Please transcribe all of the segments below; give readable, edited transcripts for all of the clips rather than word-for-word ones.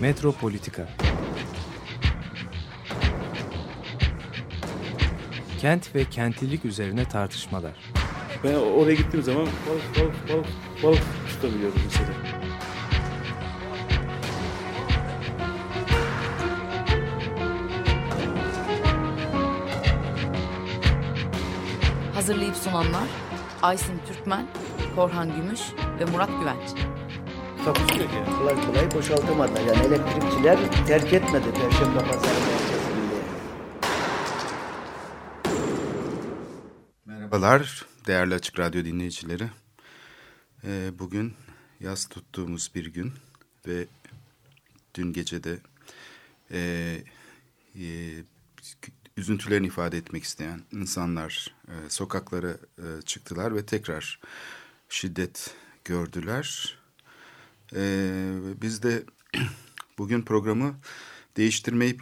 Metropolitika. Kent ve kentlilik üzerine tartışmalar. Ben oraya gittiğim zaman balık tutabiliyorum mesela. Hazırlayıp sunanlar Aysin Türkmen, Korhan Gümüş ve Murat Güvenç. Takusuyor ki. Kolay boşaltamadılar. Yani elektrikçiler terk etmedi Perşembe Pazarı merkezinde. Merhabalar değerli Açık Radyo dinleyicileri. Bugün yaz tuttuğumuz bir gün ve dün gece de üzüntülerini ifade etmek isteyen insanlar sokaklara çıktılar ve tekrar şiddet gördüler. Biz de bugün programı değiştirmeyi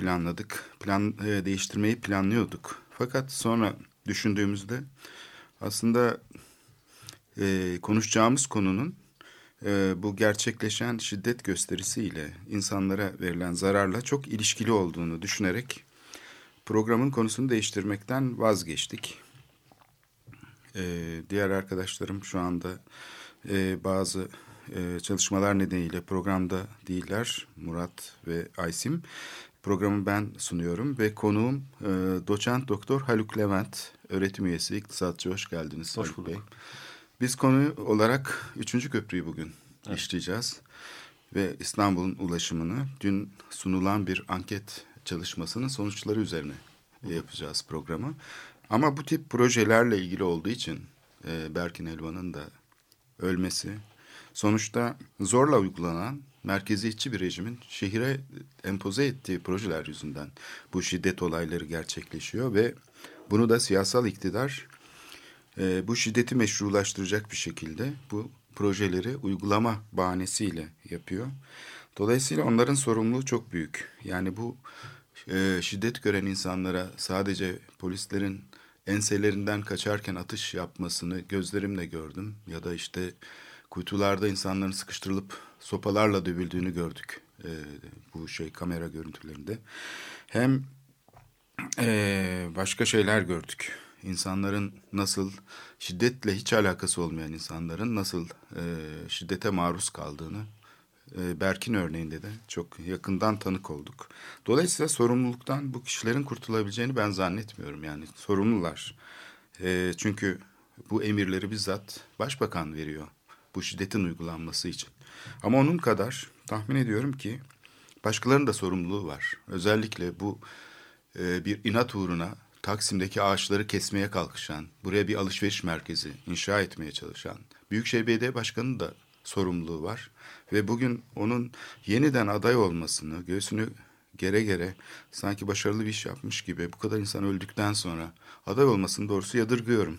planlıyorduk. Fakat sonra düşündüğümüzde aslında konuşacağımız konunun bu gerçekleşen şiddet gösterisiyle insanlara verilen zararla çok ilişkili olduğunu düşünerek programın konusunu değiştirmekten vazgeçtik. Diğer arkadaşlarım şu anda bazı çalışmalar nedeniyle programda değiller. Murat ve Aysim. Programı ben sunuyorum ve konuğum doçent doktor Haluk Levent, öğretim üyesi, iktisatçı. Hoş geldiniz. Hoş bulduk. Bey. Biz konu olarak 3. köprüyü bugün işleyeceğiz. Ve İstanbul'un ulaşımını dün sunulan bir anket çalışmasının sonuçları üzerine yapacağız programı. Ama bu tip projelerle ilgili olduğu için Berkin Elvan'ın da ölmesi sonuçta zorla uygulanan merkeziyetçi bir rejimin şehire empoze ettiği projeler yüzünden bu şiddet olayları gerçekleşiyor ve bunu da siyasal iktidar bu şiddeti meşrulaştıracak bir şekilde bu projeleri uygulama bahanesiyle yapıyor. Dolayısıyla onların sorumluluğu çok büyük. Yani bu şiddet gören insanlara sadece polislerin enselerinden kaçarken atış yapmasını gözlerimle gördüm. Ya da işte kuytularda insanların sıkıştırılıp sopalarla dövüldüğünü gördük bu kamera görüntülerinde. Hem başka şeyler gördük. İnsanların nasıl şiddetle hiç alakası olmayan insanların nasıl şiddete maruz kaldığını Berkin örneğinde de çok yakından tanık olduk. Dolayısıyla sorumluluktan bu kişilerin kurtulabileceğini ben zannetmiyorum. Yani sorumlular. Çünkü bu emirleri bizzat başbakan veriyor bu şiddetin uygulanması için. Ama onun kadar tahmin ediyorum ki başkalarının da sorumluluğu var. Özellikle bu bir inat uğruna Taksim'deki ağaçları kesmeye kalkışan, buraya bir alışveriş merkezi inşa etmeye çalışan Büyükşehir Belediye Başkanı'nın da sorumluluğu var. Ve bugün onun yeniden aday olmasını, göğsünü gere gere sanki başarılı bir iş yapmış gibi bu kadar insan öldükten sonra aday olmasını doğrusu yadırgıyorum.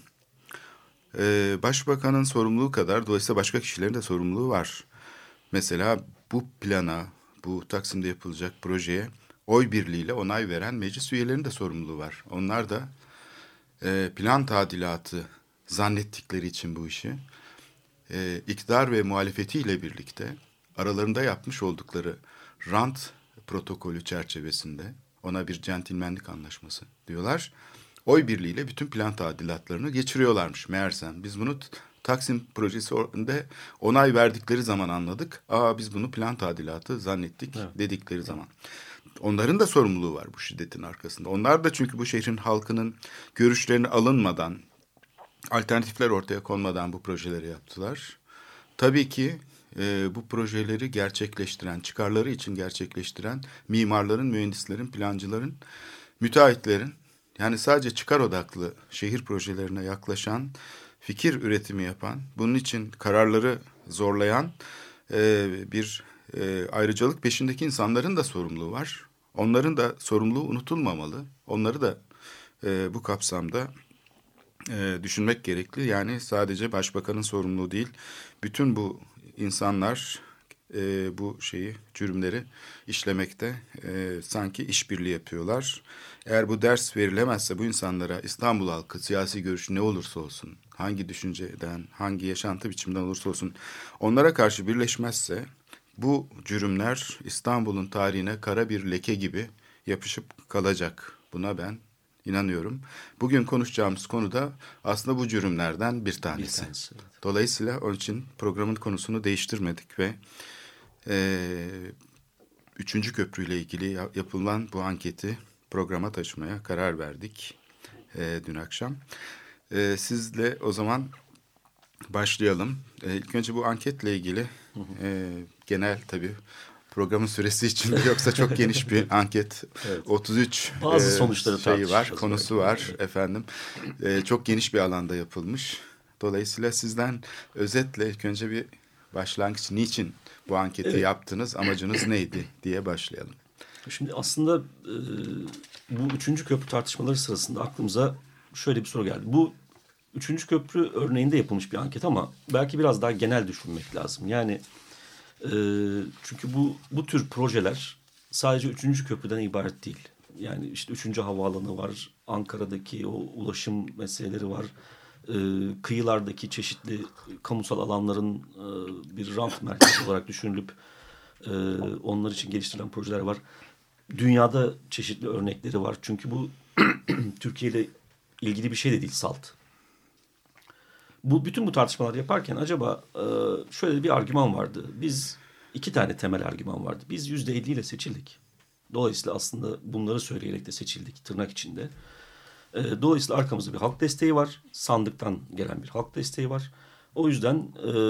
Başbakanın sorumluluğu kadar dolayısıyla başka kişilerin de sorumluluğu var. Mesela bu plana, bu Taksim'de yapılacak projeye oy birliğiyle onay veren meclis üyelerinin de sorumluluğu var. Onlar da plan tadilatı zannettikleri için bu işi iktidar ve muhalefetiyle birlikte aralarında yapmış oldukları rant protokolü çerçevesinde ona bir centilmenlik anlaşması diyorlar. Oy birliğiyle bütün plan tadilatlarını geçiriyorlarmış meğersem. Biz bunu Taksim projesinde onay verdikleri zaman anladık. Biz bunu plan tadilatı zannettik dedikleri zaman. Onların da sorumluluğu var bu şiddetin arkasında. Onlar da çünkü bu şehrin halkının görüşlerini alınmadan, alternatifler ortaya konmadan bu projeleri yaptılar. Tabii ki bu projeleri gerçekleştiren, çıkarları için gerçekleştiren mimarların, mühendislerin, plancıların, müteahhitlerin, yani sadece çıkar odaklı şehir projelerine yaklaşan, fikir üretimi yapan, bunun için kararları zorlayan bir ayrıcalık peşindeki insanların da sorumluluğu var. Onların da sorumluluğu unutulmamalı. Onları da bu kapsamda düşünmek gerekli. Yani sadece başbakanın sorumluluğu değil, bütün bu insanlar bu cürümleri işlemekte sanki işbirliği yapıyorlar. Eğer bu ders verilemezse bu insanlara İstanbul halkı siyasi görüşü ne olursa olsun, hangi düşünceden, hangi yaşantı biçiminden olursa olsun onlara karşı birleşmezse bu cürümler İstanbul'un tarihine kara bir leke gibi yapışıp kalacak. Buna ben inanıyorum. Bugün konuşacağımız konu da aslında bu cürümlerden bir tanesi. Evet. Dolayısıyla onun için programın konusunu değiştirmedik ve 3. köprüyle ilgili yapılan bu anketi programa taşımaya karar verdik dün akşam. Sizle o zaman başlayalım. İlk önce bu anketle ilgili genel tabii programın süresi içinde yoksa çok geniş bir anket. Evet. 33 bazı sonuçları şeyi var, tartışacağız konusu belki. var efendim. Çok geniş bir alanda yapılmış. Dolayısıyla sizden özetle ilk önce bir başlangıç, niçin bu anketi yaptınız, amacınız neydi diye başlayalım. Şimdi aslında bu 3. köprü tartışmaları sırasında aklımıza şöyle bir soru geldi. Bu 3. köprü örneğinde yapılmış bir anket ama belki biraz daha genel düşünmek lazım. Yani çünkü bu tür projeler sadece 3. köprüden ibaret değil. Yani işte 3. havaalanı var, Ankara'daki o ulaşım meseleleri var. Kıyılardaki çeşitli kamusal alanların bir rant merkezi olarak düşünülüp onlar için geliştirilen projeler var. Dünyada çeşitli örnekleri var. Çünkü bu Türkiye ile ilgili bir şey de değil, salt. Bütün bu tartışmalar yaparken acaba şöyle bir argüman vardı. 2 tane temel argüman vardı. Biz %50 ile seçildik. Dolayısıyla aslında bunları söyleyerek de seçildik tırnak içinde. Dolayısıyla arkamızda bir halk desteği var. Sandıktan gelen bir halk desteği var. O yüzden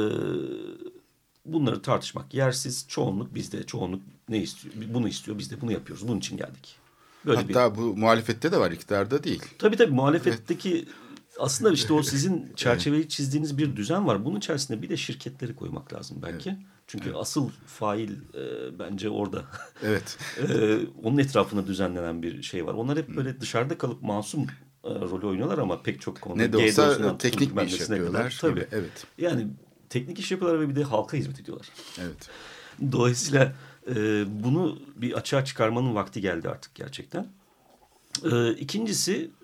bunları tartışmak yersiz. Çoğunluk bizde. Çoğunluk ne istiyor? Bunu istiyor. Biz de bunu yapıyoruz. Bunun için geldik. Hatta bu muhalefette de var, iktidarda değil. Tabii muhalefetteki aslında işte o sizin çerçeveyi çizdiğiniz bir düzen var. Bunun içerisinde bir de şirketleri koymak lazım belki. Evet. Çünkü asıl fail bence orada. Evet. Onun etrafında düzenlenen bir şey var. Onlar hep böyle dışarıda kalıp masum rolü oynuyorlar ama pek çok konuda. Ne de olsa teknik bir iş yapıyorlar. Tabii. Gibi. Evet. Yani teknik iş yapıyorlar ve bir de halka hizmet ediyorlar. Evet. Dolayısıyla bunu bir açığa çıkarmanın vakti geldi artık gerçekten. İkincisi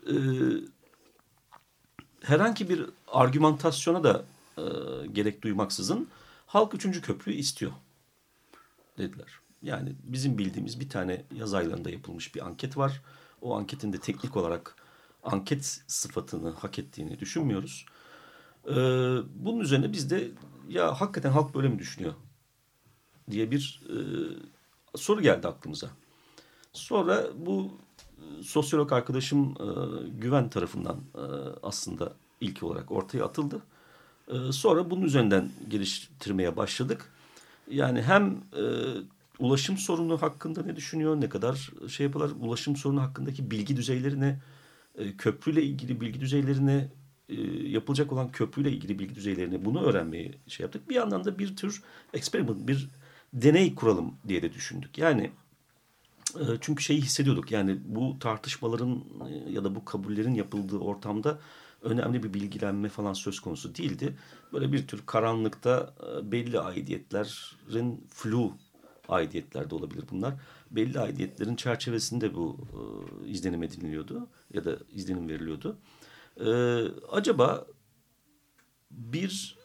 herhangi bir argümantasyona da gerek duymaksızın halk 3. köprüyü istiyor dediler. Yani bizim bildiğimiz bir tane yaz aylarında yapılmış bir anket var. O anketin de teknik olarak anket sıfatını hak ettiğini düşünmüyoruz. Bunun üzerine biz de ya hakikaten halk böyle mi düşünüyor diye bir soru geldi aklımıza. Sonra bu sosyolog arkadaşım Güven tarafından aslında ilk olarak ortaya atıldı. Sonra bunun üzerinden geliştirmeye başladık. Yani hem ulaşım sorunu hakkında ne düşünüyor, ne kadar şey yapıyorlar, ulaşım sorunu hakkındaki bilgi düzeyleri ne, köprüyle ilgili bilgi düzeyleri ne, yapılacak olan köprüyle ilgili bilgi düzeylerini bunu öğrenmeyi şey yaptık. Bir yandan da bir tür experiment, bir deney kuralım diye de düşündük. Yani çünkü şeyi hissediyorduk, yani bu tartışmaların ya da bu kabullerin yapıldığı ortamda önemli bir bilgilenme falan söz konusu değildi. Böyle bir tür karanlıkta belli aidiyetlerin flu aidiyetler de olabilir bunlar. Belli aidiyetlerin çerçevesinde bu izlenim ediniliyordu ya da izlenim veriliyordu. Acaba bir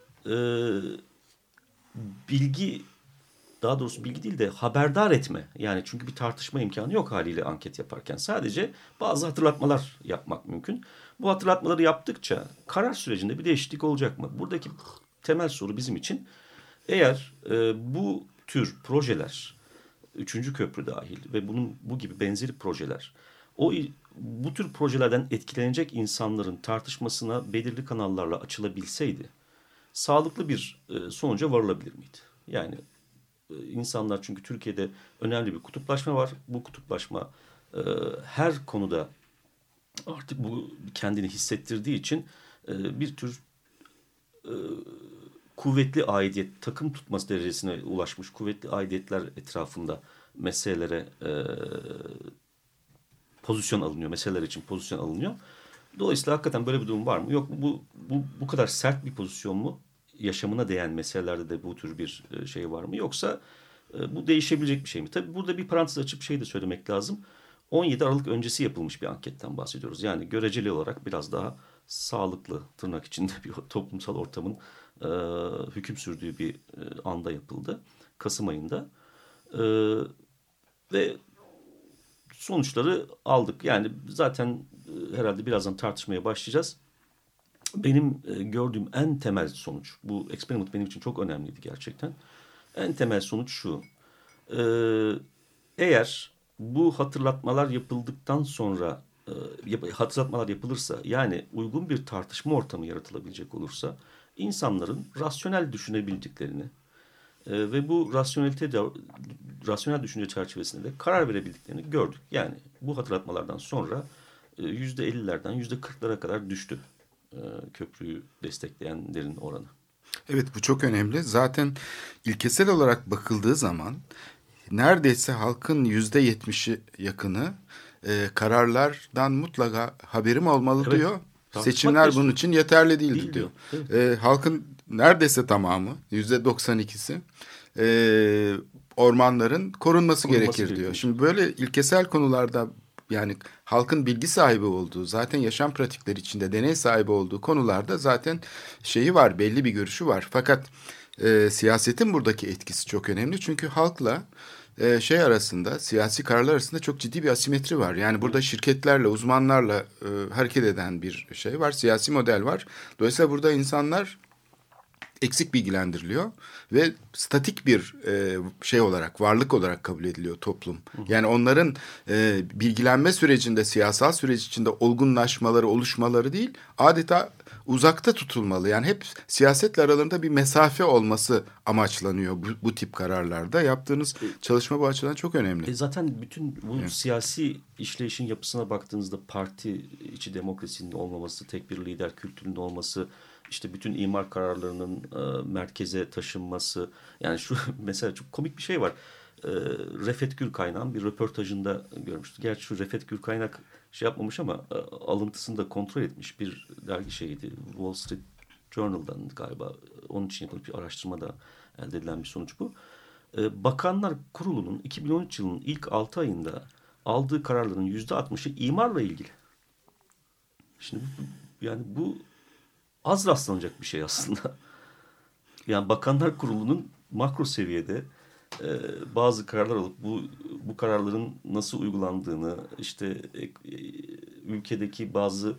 bilgi, daha doğrusu bilgi değil de haberdar etme. Yani çünkü bir tartışma imkanı yok haliyle anket yaparken. Sadece bazı hatırlatmalar yapmak mümkün. Bu hatırlatmaları yaptıkça karar sürecinde bir değişiklik olacak mı? Buradaki temel soru bizim için, eğer bu tür projeler, 3. köprü dahil ve bu gibi benzeri projeler, bu tür projelerden etkilenecek insanların tartışmasına belirli kanallarla açılabilseydi, sağlıklı bir sonuca varılabilir miydi? Yani insanlar, çünkü Türkiye'de önemli bir kutuplaşma var. Bu kutuplaşma her konuda artık bu kendini hissettirdiği için bir tür kuvvetli aidiyet, takım tutması derecesine ulaşmış kuvvetli aidiyetler etrafında meselelere pozisyon alınıyor. Meseleler için pozisyon alınıyor. Dolayısıyla hakikaten böyle bir durum var mı? Yok, bu kadar sert bir pozisyon mu? Yaşamına değen meselelerde de bu tür bir şey var mı? Yoksa bu değişebilecek bir şey mi? Tabii burada bir parantez açıp şey de söylemek lazım. 17 Aralık öncesi yapılmış bir anketten bahsediyoruz. Yani göreceli olarak biraz daha sağlıklı, tırnak içinde bir toplumsal ortamın hüküm sürdüğü bir anda yapıldı. Kasım ayında. Ve sonuçları aldık. Yani zaten herhalde birazdan tartışmaya başlayacağız. Benim gördüğüm en temel sonuç, bu experiment benim için çok önemliydi gerçekten. En temel sonuç şu: eğer bu hatırlatmalar yapıldıktan sonra, hatırlatmalar yapılırsa, yani uygun bir tartışma ortamı yaratılabilecek olursa, insanların rasyonel düşünebildiklerini ve bu rasyonel düşünce çerçevesinde de karar verebildiklerini gördük. Yani bu hatırlatmalardan sonra %50'lerden %40'lara kadar düştü köprüyü destekleyenlerin oranı. Evet, bu çok önemli. Zaten ilkesel olarak bakıldığı zaman neredeyse halkın %70'i yakını kararlardan mutlaka haberim olmalı Evet. diyor. Tabii. Seçimler bunun için yeterli değildir Değil diyor. diyor. Halkın neredeyse tamamı, %92'si ormanların korunması gerekir diyor. gerekiyor. Şimdi böyle ilkesel konularda, yani halkın bilgi sahibi olduğu, zaten yaşam pratikleri içinde deney sahibi olduğu konularda zaten şeyi var, belli bir görüşü var. Fakat siyasetin buradaki etkisi çok önemli. Çünkü halkla arasında, siyasi kararlar arasında çok ciddi bir asimetri var. Yani burada şirketlerle, uzmanlarla hareket eden bir şey var, siyasi model var. Dolayısıyla burada insanlar eksik bilgilendiriliyor ve statik bir olarak, varlık olarak kabul ediliyor toplum. Yani onların bilgilenme sürecinde, siyasal süreç içinde olgunlaşmaları, oluşmaları değil, adeta uzakta tutulmalı. Yani hep siyasetle aralarında bir mesafe olması amaçlanıyor bu tip kararlarda. Yaptığınız çalışma bu açıdan çok önemli. Zaten bütün bu siyasi işleyişin yapısına baktığınızda parti içi demokrasinin olmaması, tek bir lider kültürünün olması, işte bütün imar kararlarının merkeze taşınması. Yani şu mesela çok komik bir şey var. Refet Gürkaynak'ın bir röportajında görmüştüm. Gerçi şu Refet Gürkaynak şey yapmamış ama alıntısını da kontrol etmiş bir dergi şeydi. Wall Street Journal'dan galiba, onun için yapılmış bir araştırmada elde edilen bir sonuç bu. Bakanlar Kurulu'nun 2013 yılının ilk 6 ayında aldığı kararların %60'ı imarla ilgili. Şimdi yani bu az rastlanacak bir şey aslında. Yani Bakanlar Kurulu'nun makro seviyede bazı kararlar alıp bu kararların nasıl uygulandığını, işte ülkedeki bazı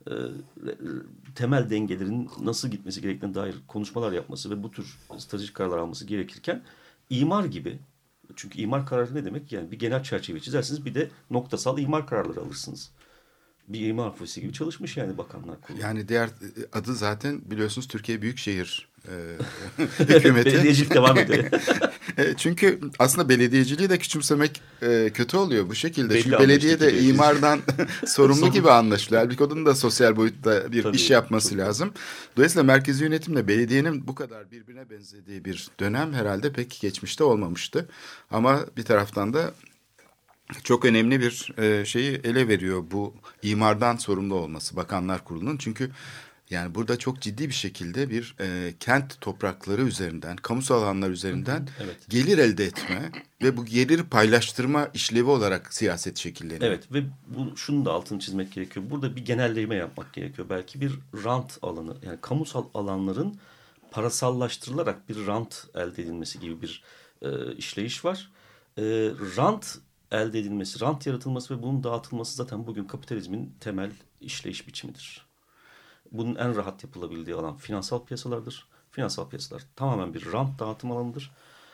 temel dengelerin nasıl gitmesi gerektiğine dair konuşmalar yapması ve bu tür stratejik kararlar alması gerekirken imar gibi, çünkü imar kararı ne demek? Yani bir genel çerçeve çizersiniz, bir de noktasal imar kararları alırsınız. Bir imar ofisi gibi çalışmış yani Bakanlar Kurulu. Yani diğer adı zaten biliyorsunuz Türkiye Büyükşehir hükümeti. Belediyecilik devam ediyor. Çünkü aslında belediyeciliği de küçümsemek kötü oluyor bu şekilde. Belli Çünkü belediye de anlaştık imardan sorumlu gibi anlaşılıyor. Halbuki onun da sosyal boyutta bir Tabii, iş yapması lazım. Dolayısıyla merkezi yönetimle belediyenin bu kadar birbirine benzediği bir dönem herhalde pek geçmişte olmamıştı. Ama bir taraftan da çok önemli bir şeyi ele veriyor bu imardan sorumlu olması Bakanlar Kurulu'nun. Çünkü yani burada çok ciddi bir şekilde bir kent toprakları üzerinden, kamusal alanlar üzerinden Evet. gelir elde etme ve bu geliri paylaştırma işlevi olarak siyaset şekilleniyor. Evet ve şunun da altını çizmek gerekiyor. Burada bir genelleme yapmak gerekiyor. Belki bir rant alanı, yani kamusal alanların parasallaştırılarak bir rant elde edilmesi gibi bir işleyiş var. Rant elde edilmesi, rant yaratılması ve bunun dağıtılması zaten bugün kapitalizmin temel işleyiş biçimidir. Bunun en rahat yapılabildiği alan finansal piyasalardır. Finansal piyasalar tamamen bir rant dağıtım alanıdır.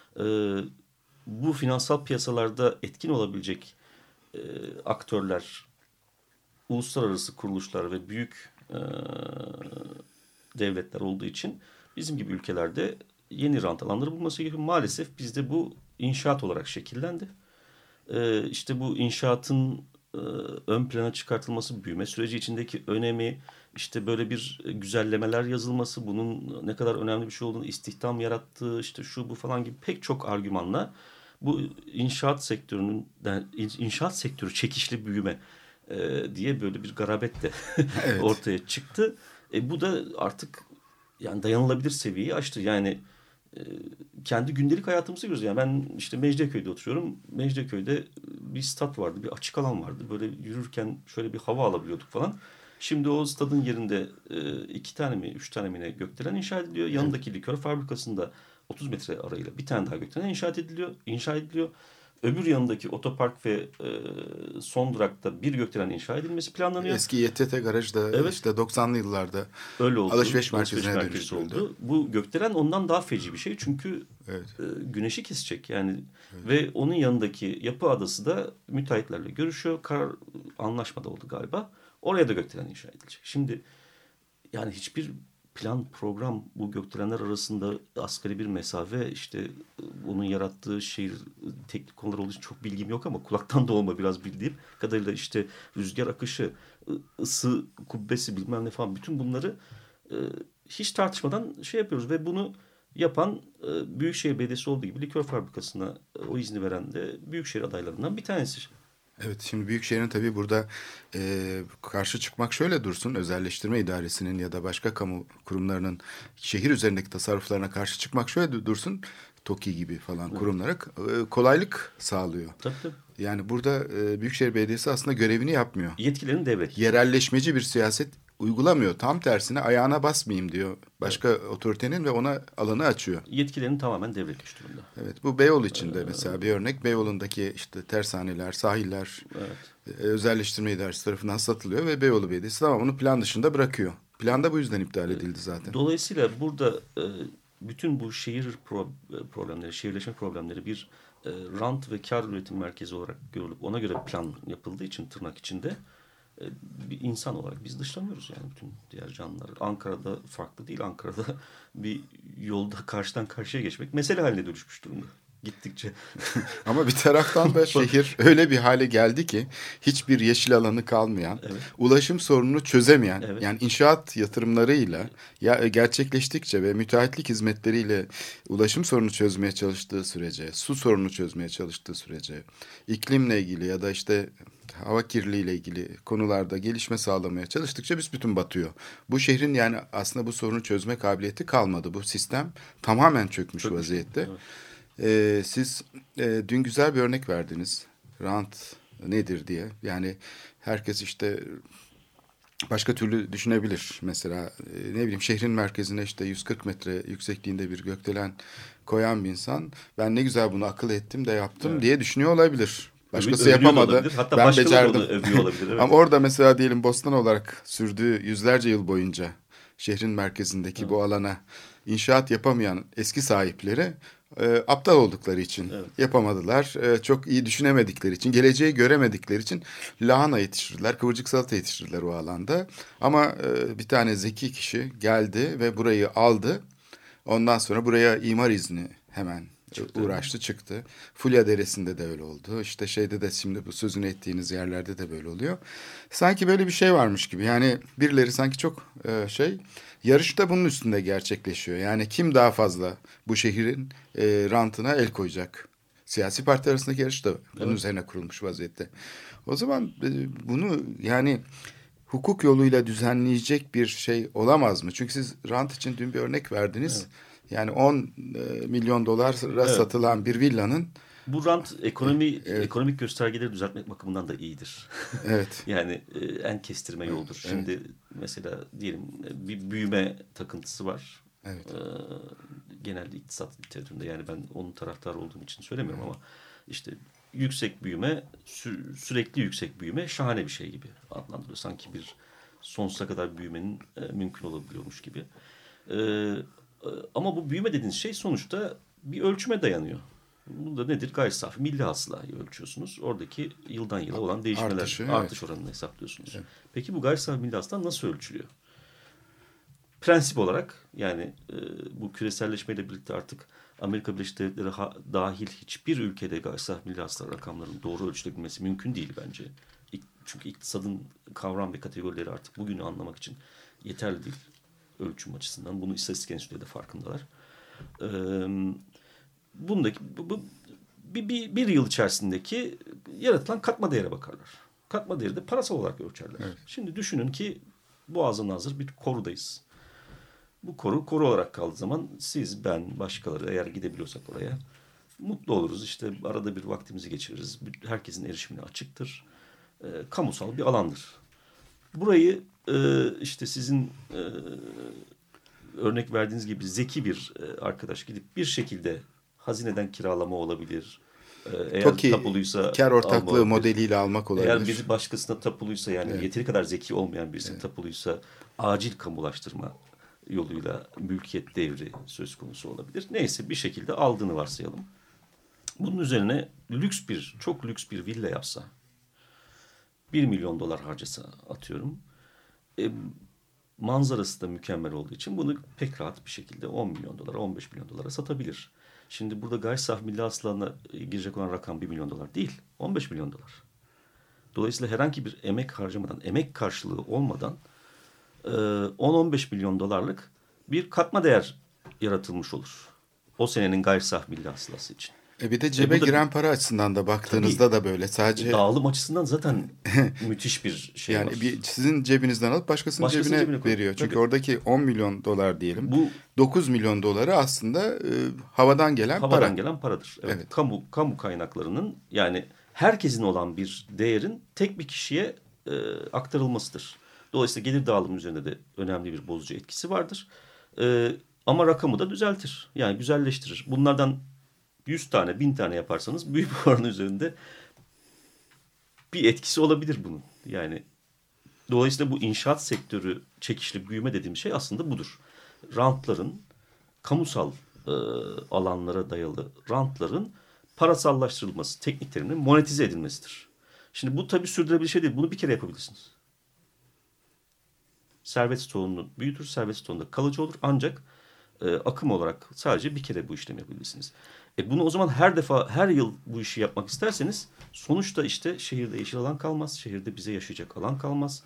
Bu finansal piyasalarda etkin olabilecek aktörler, uluslararası kuruluşlar ve büyük devletler olduğu için bizim gibi ülkelerde yeni rant alanları bulması gerekiyor. Maalesef bizde bu inşaat olarak şekillendi. İşte bu inşaatın ön plana çıkartılması, büyüme süreci içindeki önemi, işte böyle bir güzellemeler yazılması, bunun ne kadar önemli bir şey olduğunu, istihdam yarattığı, işte şu bu falan gibi pek çok argümanla bu inşaat sektörü çekişli büyüme diye böyle bir garabet de Evet. ortaya çıktı. Bu da artık yani dayanılabilir seviyeyi aştı. Yani kendi gündelik hayatımızı görüyoruz. Yani ben işte Mecidiyeköy'de oturuyorum. Mecidiyeköy'de bir stat vardı, bir açık alan vardı. Böyle yürürken şöyle bir hava alabiliyorduk falan. Şimdi o stadın yerinde 2 tane mi 3 tane mi ne gökdelen inşa ediliyor. Yanındaki likör fabrikasında 30 metre arayla bir tane daha gökdelen inşa ediliyor. Öbür yanındaki otopark ve son durakta bir gökdelen inşa edilmesi planlanıyor. Eski YTT garajda işte 90'lı yıllarda öyle oldu. alışveriş merkezine dönüştürüldü. Bu gökdelen ondan daha feci bir şey. Çünkü güneşi kesecek. Yani ve onun yanındaki yapı adası da müteahhitlerle görüşüyor. Anlaşmada oldu galiba. Oraya da gökdelen inşa edilecek. Şimdi yani hiçbir plan, program bu gökdelenler arasında asgari bir mesafe, işte onun yarattığı şehir teknik konular olduğu için çok bilgim yok ama kulaktan dolma biraz bildiğim kadarıyla işte rüzgar akışı, ısı kubbesi bilmem ne falan bütün bunları hiç tartışmadan yapıyoruz ve bunu yapan Büyükşehir Belediyesi olduğu gibi likör fabrikasına o izni veren de Büyükşehir adaylarından bir tanesi. Evet, şimdi Büyükşehir'in tabii burada karşı çıkmak şöyle dursun, özelleştirme idaresinin ya da başka kamu kurumlarının şehir üzerindeki tasarruflarına karşı çıkmak şöyle dursun, TOKİ gibi falan kurumlara kolaylık sağlıyor. Tabii. Yani burada Büyükşehir Belediyesi aslında görevini yapmıyor. Yetkilerini devret. Yerelleşmeci bir siyaset uygulamıyor. Tam tersine ayağına basmayayım diyor başka otoritenin ve ona alanı açıyor. Yetkilerini tamamen devretmiş durumda. Evet, bu Beyoğlu için de mesela bir örnek. Beyoğlu'ndaki işte tersaneler, sahiller özelleştirme idaresi tarafından satılıyor ve Beyoğlu Belediyesi tamamını plan dışında bırakıyor. Plan da bu yüzden iptal edildi zaten. Dolayısıyla burada bütün bu şehir problemleri, şehirleşme problemleri bir rant ve kar üretim merkezi olarak görülüp ona göre plan yapıldığı için tırnak içinde bir insan olarak biz dışlanıyoruz yani bütün diğer canlılar. Ankara'da farklı değil. Ankara'da bir yolda karşıdan karşıya geçmek mesele haline dönüşmüş durumda. Gittikçe. Ama bir taraftan da şehir öyle bir hale geldi ki hiçbir yeşil alanı kalmayan, ulaşım sorununu çözemeyen, yani inşaat yatırımlarıyla gerçekleştikçe ve müteahhitlik hizmetleriyle ulaşım sorunu çözmeye çalıştığı sürece, su sorunu çözmeye çalıştığı sürece, iklimle ilgili ya da işte hava kirliliğiyle ilgili konularda gelişme sağlamaya çalıştıkça büsbütün batıyor. Bu şehrin yani aslında bu sorunu çözme kabiliyeti kalmadı. Bu sistem tamamen çökmüş vaziyette. Evet. Siz dün güzel bir örnek verdiniz. Rant nedir diye. Yani herkes işte başka türlü düşünebilir. Mesela ne bileyim şehrin merkezine işte 140 metre yüksekliğinde bir gökdelen koyan bir insan ben ne güzel bunu akıl ettim de yaptım diye düşünüyor olabilir. Başkası yapamadı. Hatta ben becerdim. Olabilir, evet. Ama orada mesela diyelim Bostan olarak sürdüğü yüzlerce yıl boyunca şehrin merkezindeki bu alana inşaat yapamayan eski sahipleri aptal oldukları için yapamadılar. Çok iyi düşünemedikleri için, geleceği göremedikleri için lahana yetiştirdiler, kıvırcık salata yetiştirdiler o alanda. Ama bir tane zeki kişi geldi ve burayı aldı. Ondan sonra buraya imar izni hemen çıktı. Fulya Deresi'nde de öyle oldu. İşte şeyde de şimdi bu sözünü ettiğiniz yerlerde de böyle oluyor. Sanki böyle bir şey varmış gibi. Yani birileri sanki çok yarışta bunun üstünde gerçekleşiyor. Yani kim daha fazla bu şehrin rantına el koyacak? Siyasi parti arasındaki yarış da bunun üzerine kurulmuş vaziyette. O zaman bunu yani hukuk yoluyla düzenleyecek bir şey olamaz mı? Çünkü siz rant için dün bir örnek verdiniz. Evet. Yani 10 milyon dolara satılan bir villanın... Bu rant ekonomik göstergeleri düzeltmek bakımından da iyidir. Evet. Yani en kestirme yoldur. Şimdi mesela diyelim bir büyüme takıntısı var. Evet. Genelde iktisat literatüründe yani ben onun taraftarı olduğum için söylemiyorum ama işte yüksek büyüme, sürekli yüksek büyüme şahane bir şey gibi adlandırılıyor. Sanki bir sonsuza kadar büyümenin mümkün olabiliyormuş gibi. Ama bu büyüme dediğiniz şey sonuçta bir ölçüme dayanıyor. Bu da nedir? Gayri safi milli hasılayı ölçüyorsunuz. Oradaki yıldan yıla olan değişmeler, artış oranını hesaplıyorsunuz. Evet. Peki bu gayri safi milli hasıla nasıl ölçülüyor? Prensip olarak yani bu küreselleşmeyle birlikte artık Amerika Birleşik Devletleri dahil hiçbir ülkede gayri safi milli hasıla rakamlarının doğru ölçülebilmesi mümkün değil bence. Çünkü iktisadın kavram ve kategorileri artık bugünü anlamak için yeterli değil. Ölçüm açısından. Bunu istatistik enstitüleri de farkındalar. Bundaki bir yıl içerisindeki yaratılan katma değere bakarlar. Katma değeri de parasal olarak ölçerler. Evet. Şimdi düşünün ki boğazına hazır bir korudayız. Bu koru olarak kaldığı zaman siz, ben, başkaları eğer gidebiliyorsak oraya mutlu oluruz. İşte arada bir vaktimizi geçiririz. Herkesin erişimine açıktır. Kamusal bir alandır. Burayı işte sizin örnek verdiğiniz gibi zeki bir arkadaş gidip bir şekilde hazineden kiralama olabilir. Eğer TOKİ tapuluysa kar ortaklığı alma modeliyle almak olabilir. Eğer bir başkasına tapuluysa yani Evet. yeteri kadar zeki olmayan birisine tapuluysa acil kamulaştırma yoluyla mülkiyet devri söz konusu olabilir. Neyse bir şekilde aldığını varsayalım. Bunun üzerine çok lüks bir villa yapsa, 1 milyon dolar harcasa atıyorum. Manzarası da mükemmel olduğu için bunu pek rahat bir şekilde 10 milyon dolara, 15 milyon dolara satabilir. Şimdi burada gayri safi milli hasılana girecek olan rakam 1 milyon dolar değil, 15 milyon dolar. Dolayısıyla herhangi bir emek harcamadan, emek karşılığı olmadan 10-15 milyon dolarlık bir katma değer yaratılmış olur. O senenin gayri safi milli hasılası için. Bir de cebe bu da giren para açısından da baktığınızda da böyle sadece dağılım açısından zaten müthiş bir şey yani var. sizin cebinizden alıp başkasının cebine koyuyor. veriyor. Çünkü Tabii. oradaki 10 milyon dolar diyelim. Bu 9 milyon doları aslında havadan gelen para. gelen paradır. Evet. Evet. Kamu kaynaklarının yani herkesin olan bir değerin tek bir kişiye aktarılmasıdır. Dolayısıyla gelir dağılımı üzerinde de önemli bir bozucu etkisi vardır. Ama rakamı da düzeltir. Yani güzelleştirir. Bunlardan 100 tane, 1000 tane yaparsanız büyük bir oranın üzerinde bir etkisi olabilir bunun. Yani dolayısıyla bu inşaat sektörü çekişli büyüme dediğim şey aslında budur. Rantların, kamusal alanlara dayalı rantların parasallaştırılması, teknik terimle monetize edilmesidir. Şimdi bu tabii sürdürülebilir şey değil. Bunu bir kere yapabilirsiniz. Servet stoğunu büyütür, servet stoğunda kalıcı olur. Ancak akım olarak sadece bir kere bu işlemi yapabilirsiniz. Bunu o zaman her yıl bu işi yapmak isterseniz sonuçta işte şehirde yeşil alan kalmaz. Şehirde bize yaşayacak alan kalmaz.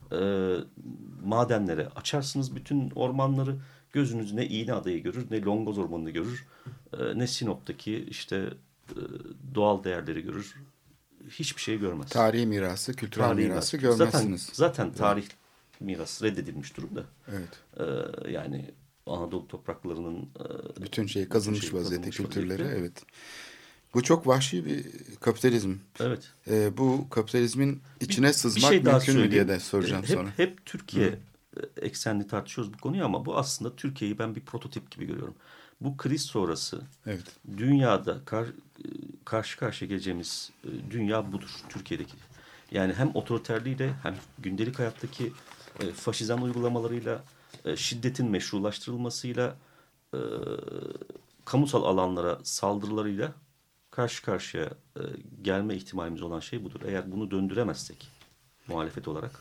Madenlere açarsınız bütün ormanları. Gözünüz ne İğneada'yı görür, ne Longoz Ormanı'nı görür, ne Sinop'taki işte doğal değerleri görür. Hiçbir şey görmez. Tarihi mirası, kültürel mirası görmezsiniz. Zaten tarih mirası reddedilmiş durumda. Evet. Yani Anadolu topraklarının bütün şey kazınmış şey vaziyette, kazınmış kültürleri. vaziyette. Evet. Bu çok vahşi bir kapitalizm. Evet. Bu kapitalizmin içine sızmak şey daha mümkün mü diye söyleyeyim. de soracağım sonra. Hep Türkiye eksenli tartışıyoruz bu konuyu ama bu aslında Türkiye'yi ben bir prototip gibi görüyorum. Bu kriz sonrası Evet. dünyada karşı karşıya geleceğimiz dünya budur Türkiye'deki. Yani hem otoriterliğiyle hem gündelik hayattaki faşizan uygulamalarıyla, şiddetin meşrulaştırılmasıyla, kamusal alanlara saldırılarıyla karşı karşıya gelme ihtimalimiz olan şey budur. Eğer bunu döndüremezsek muhalefet olarak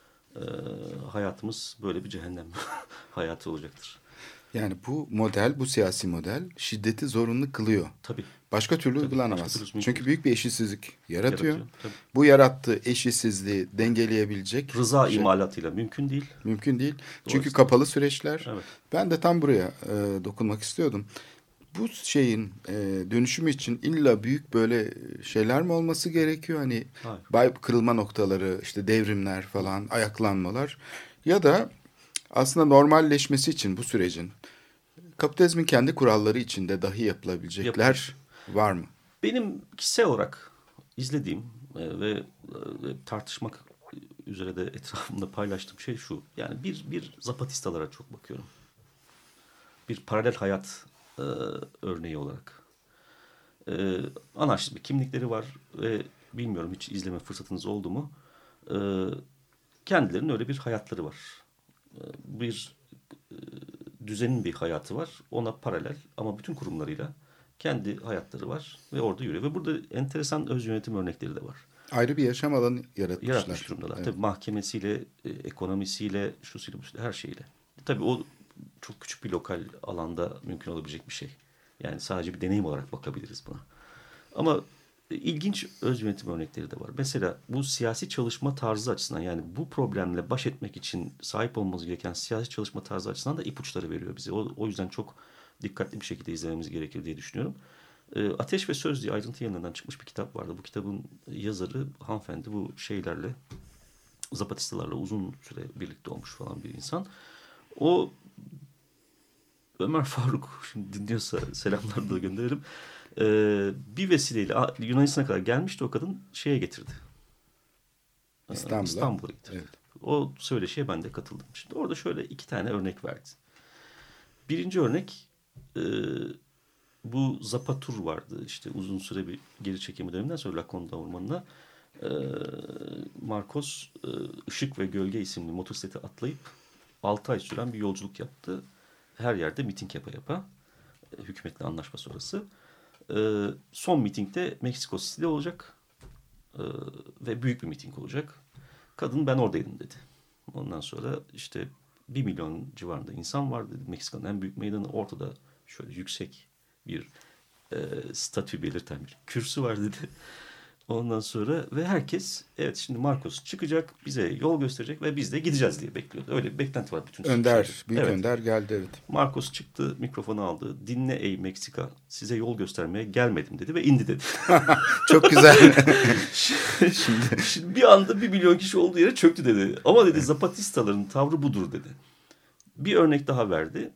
hayatımız böyle bir cehennem hayatı olacaktır. Yani bu model, bu siyasi model şiddeti zorunlu kılıyor. Tabii. Başka türlü Tabii, uygulanamaz. başka türlü Çünkü büyük bir eşitsizlik yaratıyor. Tabii. Bu yarattığı eşitsizliği dengeleyebilecek Rıza imalatıyla mümkün değil. mümkün değil. Çünkü Dolayısıyla- kapalı süreçler. Evet. Ben de tam buraya dokunmak istiyordum. Bu şeyin dönüşümü için illa büyük böyle şeyler mi olması gerekiyor? Hani kırılma noktaları, işte devrimler falan, ayaklanmalar. Ya da aslında normalleşmesi için bu sürecin kapitalizmin kendi kuralları içinde dahi yapılabilecekler var mı? Benim kişisel olarak izlediğim ve tartışmak üzere de etrafımda paylaştığım şey şu. Yani bir Zapatistalara çok bakıyorum. Bir paralel hayat örneği olarak. Anarşist bir kimlikleri var ve bilmiyorum hiç izleme fırsatınız oldu mu? Kendilerinin öyle bir hayatları var. Bir düzenin bir hayatı var. Ona paralel ama bütün kurumlarıyla kendi hayatları var ve orada yürüyor. Ve burada enteresan öz yönetim örnekleri de var. Ayrı bir yaşam alanı yaratmışlar. Yaratmış durumdalar. Evet. Tabii mahkemesiyle, ekonomisiyle, şusuyla busuyla her şeyle. Tabii o çok küçük bir lokal alanda mümkün olabilecek bir şey. Yani sadece bir deneyim olarak bakabiliriz buna. Ama ilginç öz yönetim örnekleri de var. Mesela bu siyasi çalışma tarzı açısından yani bu problemle baş etmek için sahip olmamız gereken siyasi çalışma tarzı açısından da ipuçları veriyor bize. O yüzden çok dikkatli bir şekilde izlememiz gerekir diye düşünüyorum. Ateş ve Söz diye ayrıntı yayınlarından çıkmış bir kitap vardı. Bu kitabın yazarı hanımefendi bu şeylerle Zapatistalarla uzun süre birlikte olmuş falan bir insan. O Ömer Faruk şimdi dinliyorsa selamlar da gönderirim. Bir vesileyle Yunanistan'a kadar gelmişti o kadın şeye getirdi. İstanbul'a getirdi. Evet. O söyleşiye ben de katıldım. Şimdi orada şöyle 2 tane örnek verdi. Birinci örnek bu Zapatur vardı. İşte uzun süre bir geri çekimi döneminden sonra Lakonda Ormanı'na Marcos Işık ve Gölge isimli motosiklete atlayıp 6 ay süren bir yolculuk yaptı. Her yerde miting yapa hükümetle anlaşma sonrası. Son mitingde Meksiko City'de olacak ve büyük bir miting olacak. Kadın ben oradaydım dedi. Ondan sonra işte 1 milyon civarında insan var dedi. Meksika'nın en büyük meydanı, ortada şöyle yüksek bir statü belirten bir kürsü var dedi. Ondan sonra ve herkes evet şimdi Marcos çıkacak, bize yol gösterecek ve biz de gideceğiz diye bekliyordu. Öyle bir beklenti var bütün Önder, büyük evet. önder geldi evet. Marcos çıktı, mikrofonu aldı. Dinle ey Meksika, size yol göstermeye gelmedim dedi ve indi dedi. Çok güzel. Şimdi bir anda 1 milyon kişi olduğu yere çöktü dedi. Ama dedi Zapatistaların tavrı budur dedi. Bir örnek daha verdi.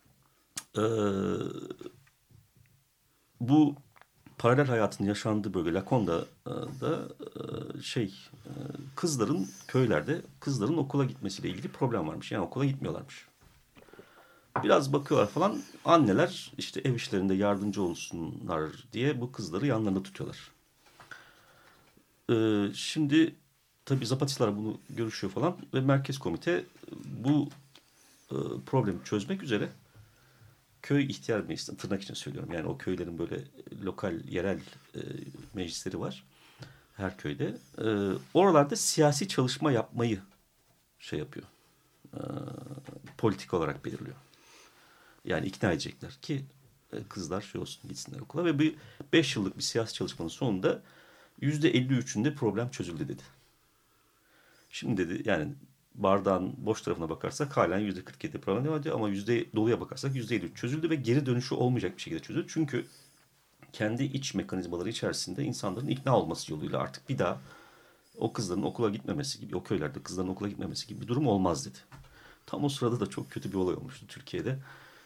Bu paralel hayatın yaşandığı bölge Lakonda'da kızların köylerde kızların okula gitmesiyle ilgili problem varmış. Yani okula gitmiyorlarmış. Biraz bakıyorlar falan, anneler işte ev işlerinde yardımcı olsunlar diye bu kızları yanlarında tutuyorlar. Şimdi tabii Zapatistalar bunu görüşüyor falan ve Merkez Komite bu problemi çözmek üzere köy ihtiyar meclisi, tırnak için söylüyorum. Yani o köylerin böyle lokal, yerel meclisleri var. Her köyde. Oralarda siyasi çalışma yapmayı yapıyor. Politik olarak belirliyor. Yani ikna edecekler ki kızlar olsun, gitsinler okula. Ve bir 5 yıllık bir siyasi çalışmanın sonunda %53'ünde problem çözüldü dedi. Şimdi dedi yani bardağın boş tarafına bakarsak halen %47 problem devam ediyor ama doluya bakarsak %53 çözüldü ve geri dönüşü olmayacak bir şekilde çözüldü. Çünkü kendi iç mekanizmaları içerisinde insanların ikna olması yoluyla artık bir daha o kızların okula gitmemesi gibi, o köylerde kızların okula gitmemesi gibi bir durum olmaz dedi. Tam o sırada da çok kötü bir olay olmuştu Türkiye'de.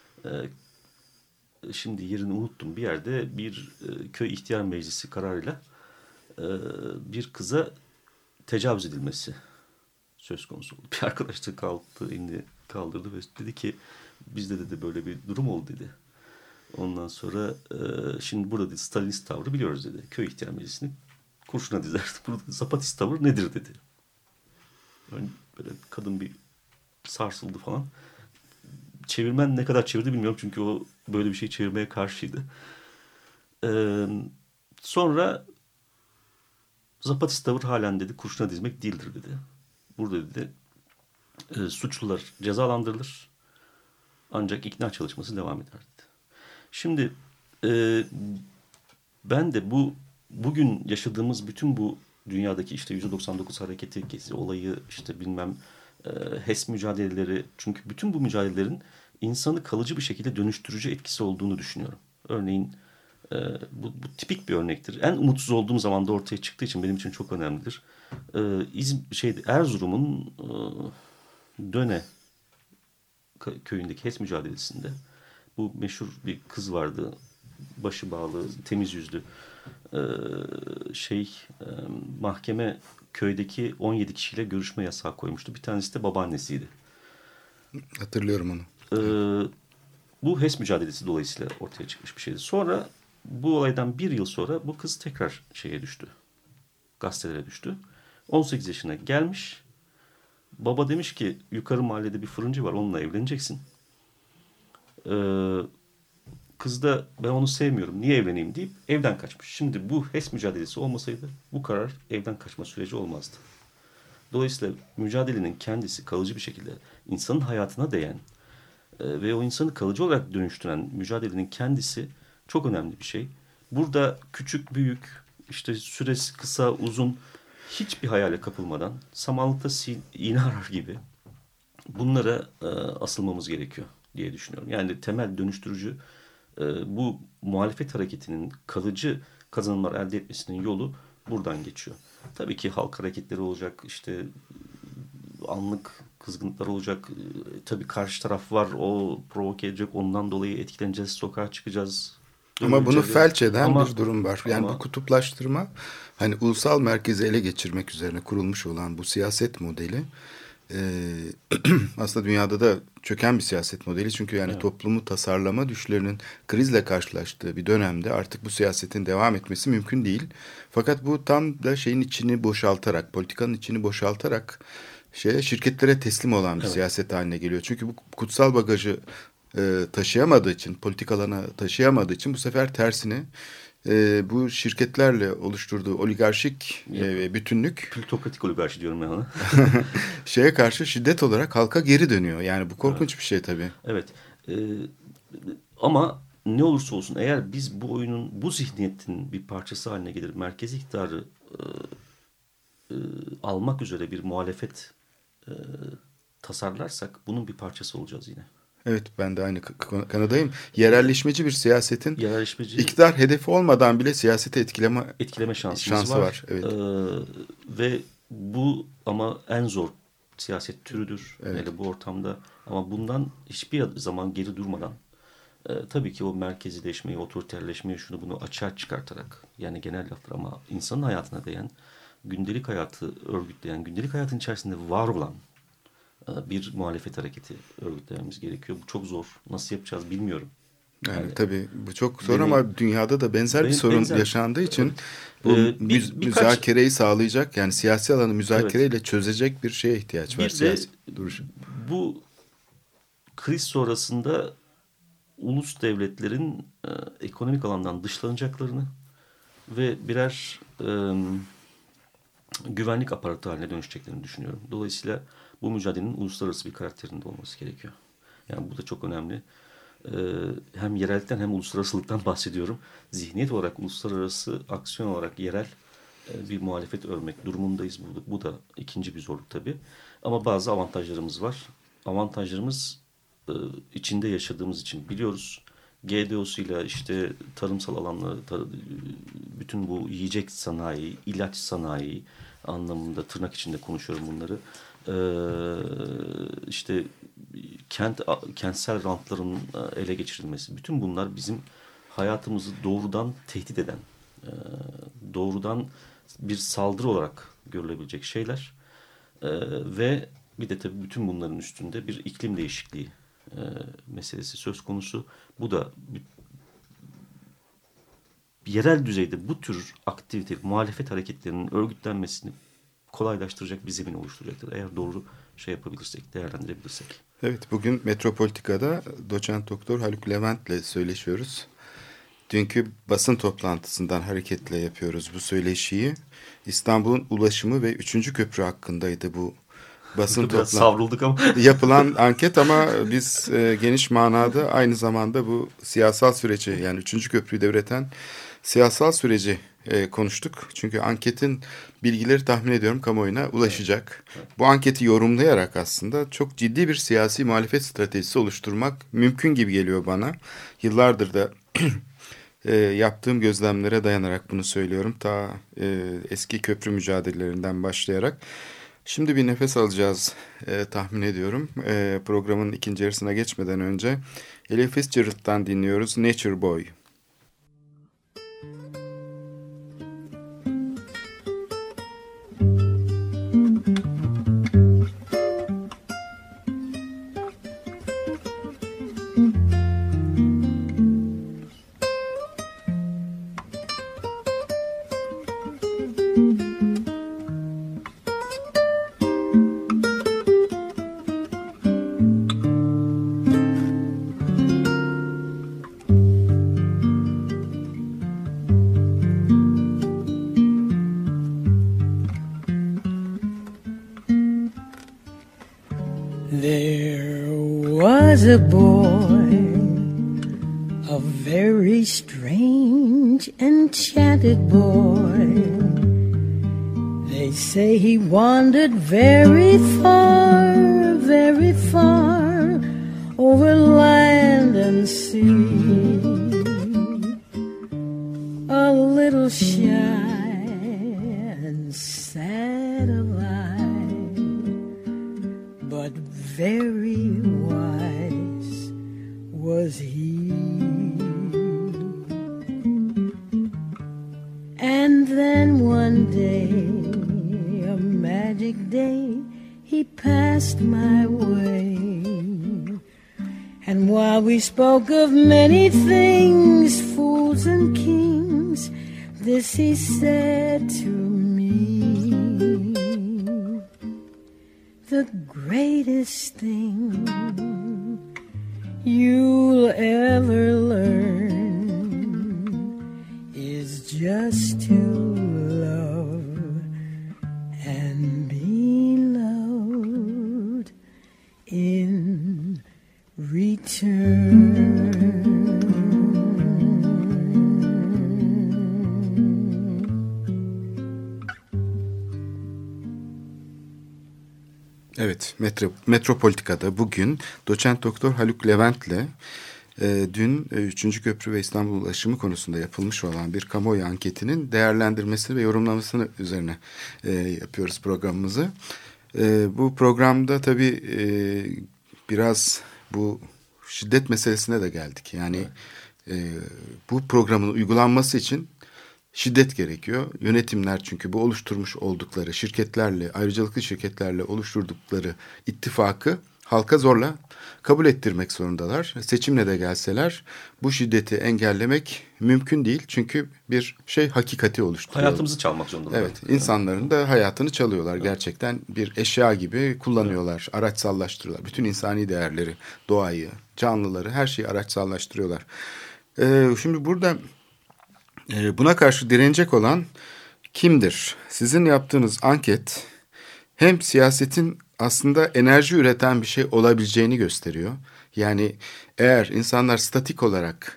Şimdi yerini unuttum, bir yerde bir köy ihtiyar meclisi kararıyla bir kıza tecavüz edilmesi söz konusu oldu. Bir arkadaş da elini kaldırdı ve dedi ki bizde dedi böyle bir durum oldu dedi. Ondan sonra şimdi burada dedi, Stalinist tavrı biliyoruz dedi. Köy ihtiyar meclisini kurşuna dizerdi. Burada Zapatist tavır nedir dedi. Yani böyle kadın bir sarsıldı falan. Çevirmen ne kadar çevirdi bilmiyorum çünkü o böyle bir şey çevirmeye karşıydı. Sonra Zapatist tavır halen dedi kurşuna dizmek değildir dedi. Burada dedi suçlular cezalandırılır ancak ikna çalışması devam eder dedi. Şimdi ben de bugün yaşadığımız bütün bu dünyadaki işte %99 hareketi, Gezi olayı, işte bilmem HES mücadeleleri, çünkü bütün bu mücadelelerin insanı kalıcı bir şekilde dönüştürücü etkisi olduğunu düşünüyorum. Örneğin bu tipik bir örnektir. En umutsuz olduğum zaman da ortaya çıktığı için benim için çok önemlidir. Erzurum'un Döne köyündeki HES mücadelesinde bu meşhur bir kız vardı. Başı bağlı, temiz yüzlü. Mahkeme köydeki 17 kişiyle görüşme yasağı koymuştu. Bir tanesi de babaannesiydi. Hatırlıyorum onu. Bu HES mücadelesi dolayısıyla ortaya çıkmış bir şeydi. Sonra bu olaydan 1 yıl sonra bu kız tekrar düştü. Gazetelere düştü. 18 yaşına gelmiş. Baba demiş ki yukarı mahallede bir fırıncı var, onunla evleneceksin. Kız da ben onu sevmiyorum, niye evleneyim deyip evden kaçmış. Şimdi bu HES mücadelesi olmasaydı bu karar evden kaçma süreci olmazdı. Dolayısıyla mücadelenin kendisi kalıcı bir şekilde insanın hayatına değen ve o insanı kalıcı olarak dönüştüren mücadelenin kendisi çok önemli bir şey. Burada küçük, büyük, işte süresi kısa, uzun hiçbir hayale kapılmadan samanlıkta iğne arar gibi bunlara asılmamız gerekiyor diye düşünüyorum. Yani temel dönüştürücü bu muhalefet hareketinin kalıcı kazanımlar elde etmesinin yolu buradan geçiyor. Tabii ki halk hareketleri olacak, işte anlık kızgınlıklar olacak. Tabii karşı taraf var, o provoke edecek, ondan dolayı etkileneceğiz, sokağa çıkacağız. Ama bunu felç eden bir durum var. Yani bu kutuplaştırma, hani ulusal merkezi ele geçirmek üzerine kurulmuş olan bu siyaset modeli aslında dünyada da çöken bir siyaset modeli. Çünkü yani toplumu tasarlama düşlerinin krizle karşılaştığı bir dönemde artık bu siyasetin devam etmesi mümkün değil. Fakat bu tam da şeyin içini boşaltarak, politikanın içini boşaltarak şirketlere teslim olan bir siyaset haline geliyor. Çünkü bu kutsal bagajı taşıyamadığı için, politik alana taşıyamadığı için bu sefer tersine bu şirketlerle oluşturduğu oligarşik bütünlük, plutokratik oligarşi diyorum ben ona. şeye karşı şiddet olarak halka geri dönüyor. Yani bu korkunç bir şey tabii. Evet. Ama ne olursa olsun eğer biz bu oyunun, bu zihniyetin bir parçası haline gelir, merkezi iktidarı almak üzere bir muhalefet tasarlarsak bunun bir parçası olacağız yine. Evet, ben de aynı kanadayım. Yerelleşmeci bir siyasetin iktidar hedefi olmadan bile siyaseti etkileme şansı var. Evet. Ve bu ama en zor siyaset türüdür. Evet. Yani bu ortamda ama bundan hiçbir zaman geri durmadan tabii ki o merkezileşmeyi, otoriterleşmeyi, şunu bunu açığa çıkartarak, yani genel laflar ama insanın hayatına değen, gündelik hayatı örgütleyen, gündelik hayatın içerisinde var olan bir muhalefet hareketi örgütlememiz gerekiyor. Bu çok zor. Nasıl yapacağız bilmiyorum. Yani tabii bu çok zor ama dünyada da benzer bir sorun yaşandığı için bu müzakereyi sağlayacak, yani siyasi alanı müzakereyle çözecek bir şeye ihtiyaç var. Bu kriz sonrasında ulus devletlerin ekonomik alandan dışlanacaklarını ve birer güvenlik aparatı haline dönüşeceklerini düşünüyorum. Dolayısıyla bu mücadelenin uluslararası bir karakterinde olması gerekiyor. Yani bu da çok önemli. Hem yerellikten hem uluslararasılıktan bahsediyorum. Zihniyet olarak uluslararası, aksiyon olarak yerel bir muhalefet örmek durumundayız. Bu da ikinci bir zorluk tabii. Ama bazı avantajlarımız var. Avantajlarımız içinde yaşadığımız için biliyoruz. GDO'suyla işte tarımsal alanları, bütün bu yiyecek sanayi, ilaç sanayi anlamında tırnak içinde konuşuyorum bunları. İşte kentsel rantların ele geçirilmesi, bütün bunlar bizim hayatımızı doğrudan tehdit eden, doğrudan bir saldırı olarak görülebilecek şeyler. Ve bir de tabii bütün bunların üstünde bir iklim değişikliği meselesi söz konusu. Bu da yerel düzeyde bu tür aktivite, muhalefet hareketlerinin örgütlenmesini kolaylaştıracak bir zemin oluşturacaktır. Eğer doğru yapabilirsek, değerlendirebilirsek. Evet, bugün Metropolitika'da doçent doktor Haluk Levent'le söyleşiyoruz. Dünkü basın toplantısından hareketle yapıyoruz bu söyleşiyi. İstanbul'un ulaşımı ve 3. köprü hakkındaydı bu basın toplantısı. Savrulduk ama. Yapılan anket ama biz geniş manada aynı zamanda bu siyasal süreci, yani 3. köprüyü devreten siyasal süreci konuştuk. Çünkü anketin bilgileri tahmin ediyorum kamuoyuna ulaşacak. Evet. Bu anketi yorumlayarak aslında çok ciddi bir siyasi muhalefet stratejisi oluşturmak mümkün gibi geliyor bana. Yıllardır da yaptığım gözlemlere dayanarak bunu söylüyorum. Ta eski köprü mücadelelerinden başlayarak. Şimdi bir nefes alacağız tahmin ediyorum. Programın ikinci yarısına geçmeden önce Ella Fitzgerald'dan dinliyoruz Nature Boy. There was a boy, a very strange, enchanted boy. They say he wandered very far over land and sea. A little shy and sad of eye, but very wise was he. And then one day, a magic day, he passed my way. And while we spoke of many things, fools and kings, this he said to me: the greatest thing you'll ever learn is just to love and be loved in return. Evet, Metropolitika'da bugün Doçent Doktor Haluk Levent'le dün 3. Köprü ve İstanbul ulaşımı konusunda yapılmış olan bir kamuoyu anketinin değerlendirmesi ve yorumlamasını üzerine yapıyoruz programımızı. Bu programda tabii biraz bu şiddet meselesine de geldik. Yani bu programın uygulanması için şiddet gerekiyor. Yönetimler çünkü bu oluşturmuş oldukları şirketlerle, ayrıcalıklı şirketlerle oluşturdukları ittifakı halka zorla kabul ettirmek zorundalar. Seçimle de gelseler bu şiddeti engellemek mümkün değil. Çünkü bir hakikati oluşturuyor. Hayatımızı çalmak zorundalar. Evet, insanların da hayatını çalıyorlar. Gerçekten bir eşya gibi kullanıyorlar, araçsallaştırıyorlar. Bütün insani değerleri, doğayı, canlıları, her şeyi araçsallaştırıyorlar. Şimdi burada buna karşı direnecek olan kimdir? Sizin yaptığınız anket hem siyasetin aslında enerji üreten bir şey olabileceğini gösteriyor. Yani eğer insanlar statik olarak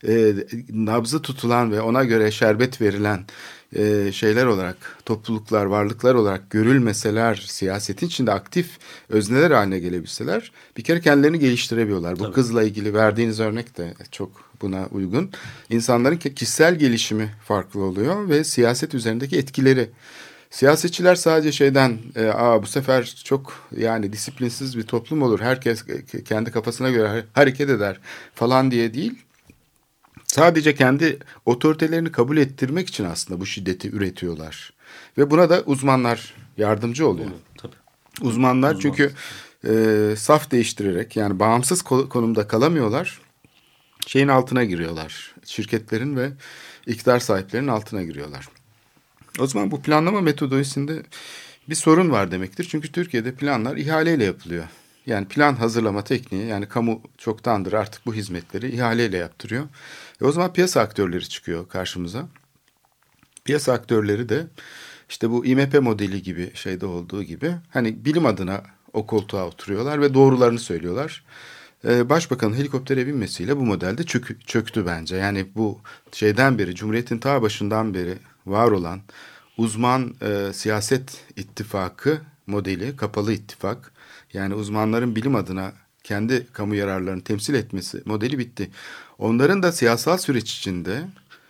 nabzı tutulan ve ona göre şerbet verilen şeyler olarak, topluluklar, varlıklar olarak görülmeseler, siyasetin içinde aktif özneler haline gelebilseler bir kere kendilerini geliştirebiliyorlar. Bu kızla ilgili verdiğiniz örnek de çok buna uygun. İnsanların kişisel gelişimi farklı oluyor ve siyaset üzerindeki etkileri. Siyasetçiler sadece bu sefer çok disiplinsiz bir toplum olur. Herkes kendi kafasına göre hareket eder falan diye değil. Sadece kendi otoritelerini kabul ettirmek için aslında bu şiddeti üretiyorlar. Ve buna da uzmanlar yardımcı oluyor. Tabii. Uzmanlar çünkü saf değiştirerek bağımsız konumda kalamıyorlar. Şeyin altına giriyorlar. Şirketlerin ve iktidar sahiplerinin altına giriyorlar. O zaman bu planlama metodolojisinde bir sorun var demektir. Çünkü Türkiye'de planlar ihaleyle yapılıyor. Yani plan hazırlama tekniği, kamu çoktandır artık bu hizmetleri ihaleyle yaptırıyor. O zaman piyasa aktörleri çıkıyor karşımıza. Piyasa aktörleri de bu IMP modeli gibi olduğu gibi bilim adına o koltuğa oturuyorlar ve doğrularını söylüyorlar. Başbakanın helikoptere binmesiyle bu modelde çöktü bence. Yani bu beri, Cumhuriyet'in ta başından beri var olan uzman siyaset ittifakı modeli, kapalı ittifak. Yani uzmanların bilim adına kendi kamu yararlarını temsil etmesi modeli bitti. Onların da siyasal süreç içinde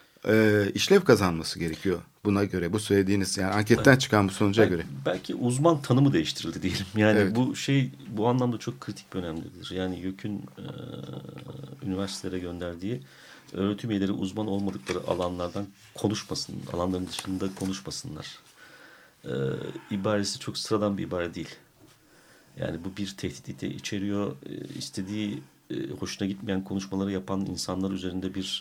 işlev kazanması gerekiyor. Buna göre bu söylediğiniz anketten çıkan bu sonuca göre. Belki uzman tanımı değiştirildi diyelim. Yani evet. Bu anlamda çok kritik bir önemlidir. Yani YÖK'ün üniversitelere gönderdiği öğretim üyeleri uzman olmadıkları alanlardan konuşmasın, alanların dışında konuşmasınlar. İbaresi çok sıradan bir ibare değil. Yani bu bir tehdidi içeriyor. İstediği hoşuna gitmeyen konuşmaları yapan insanlar üzerinde bir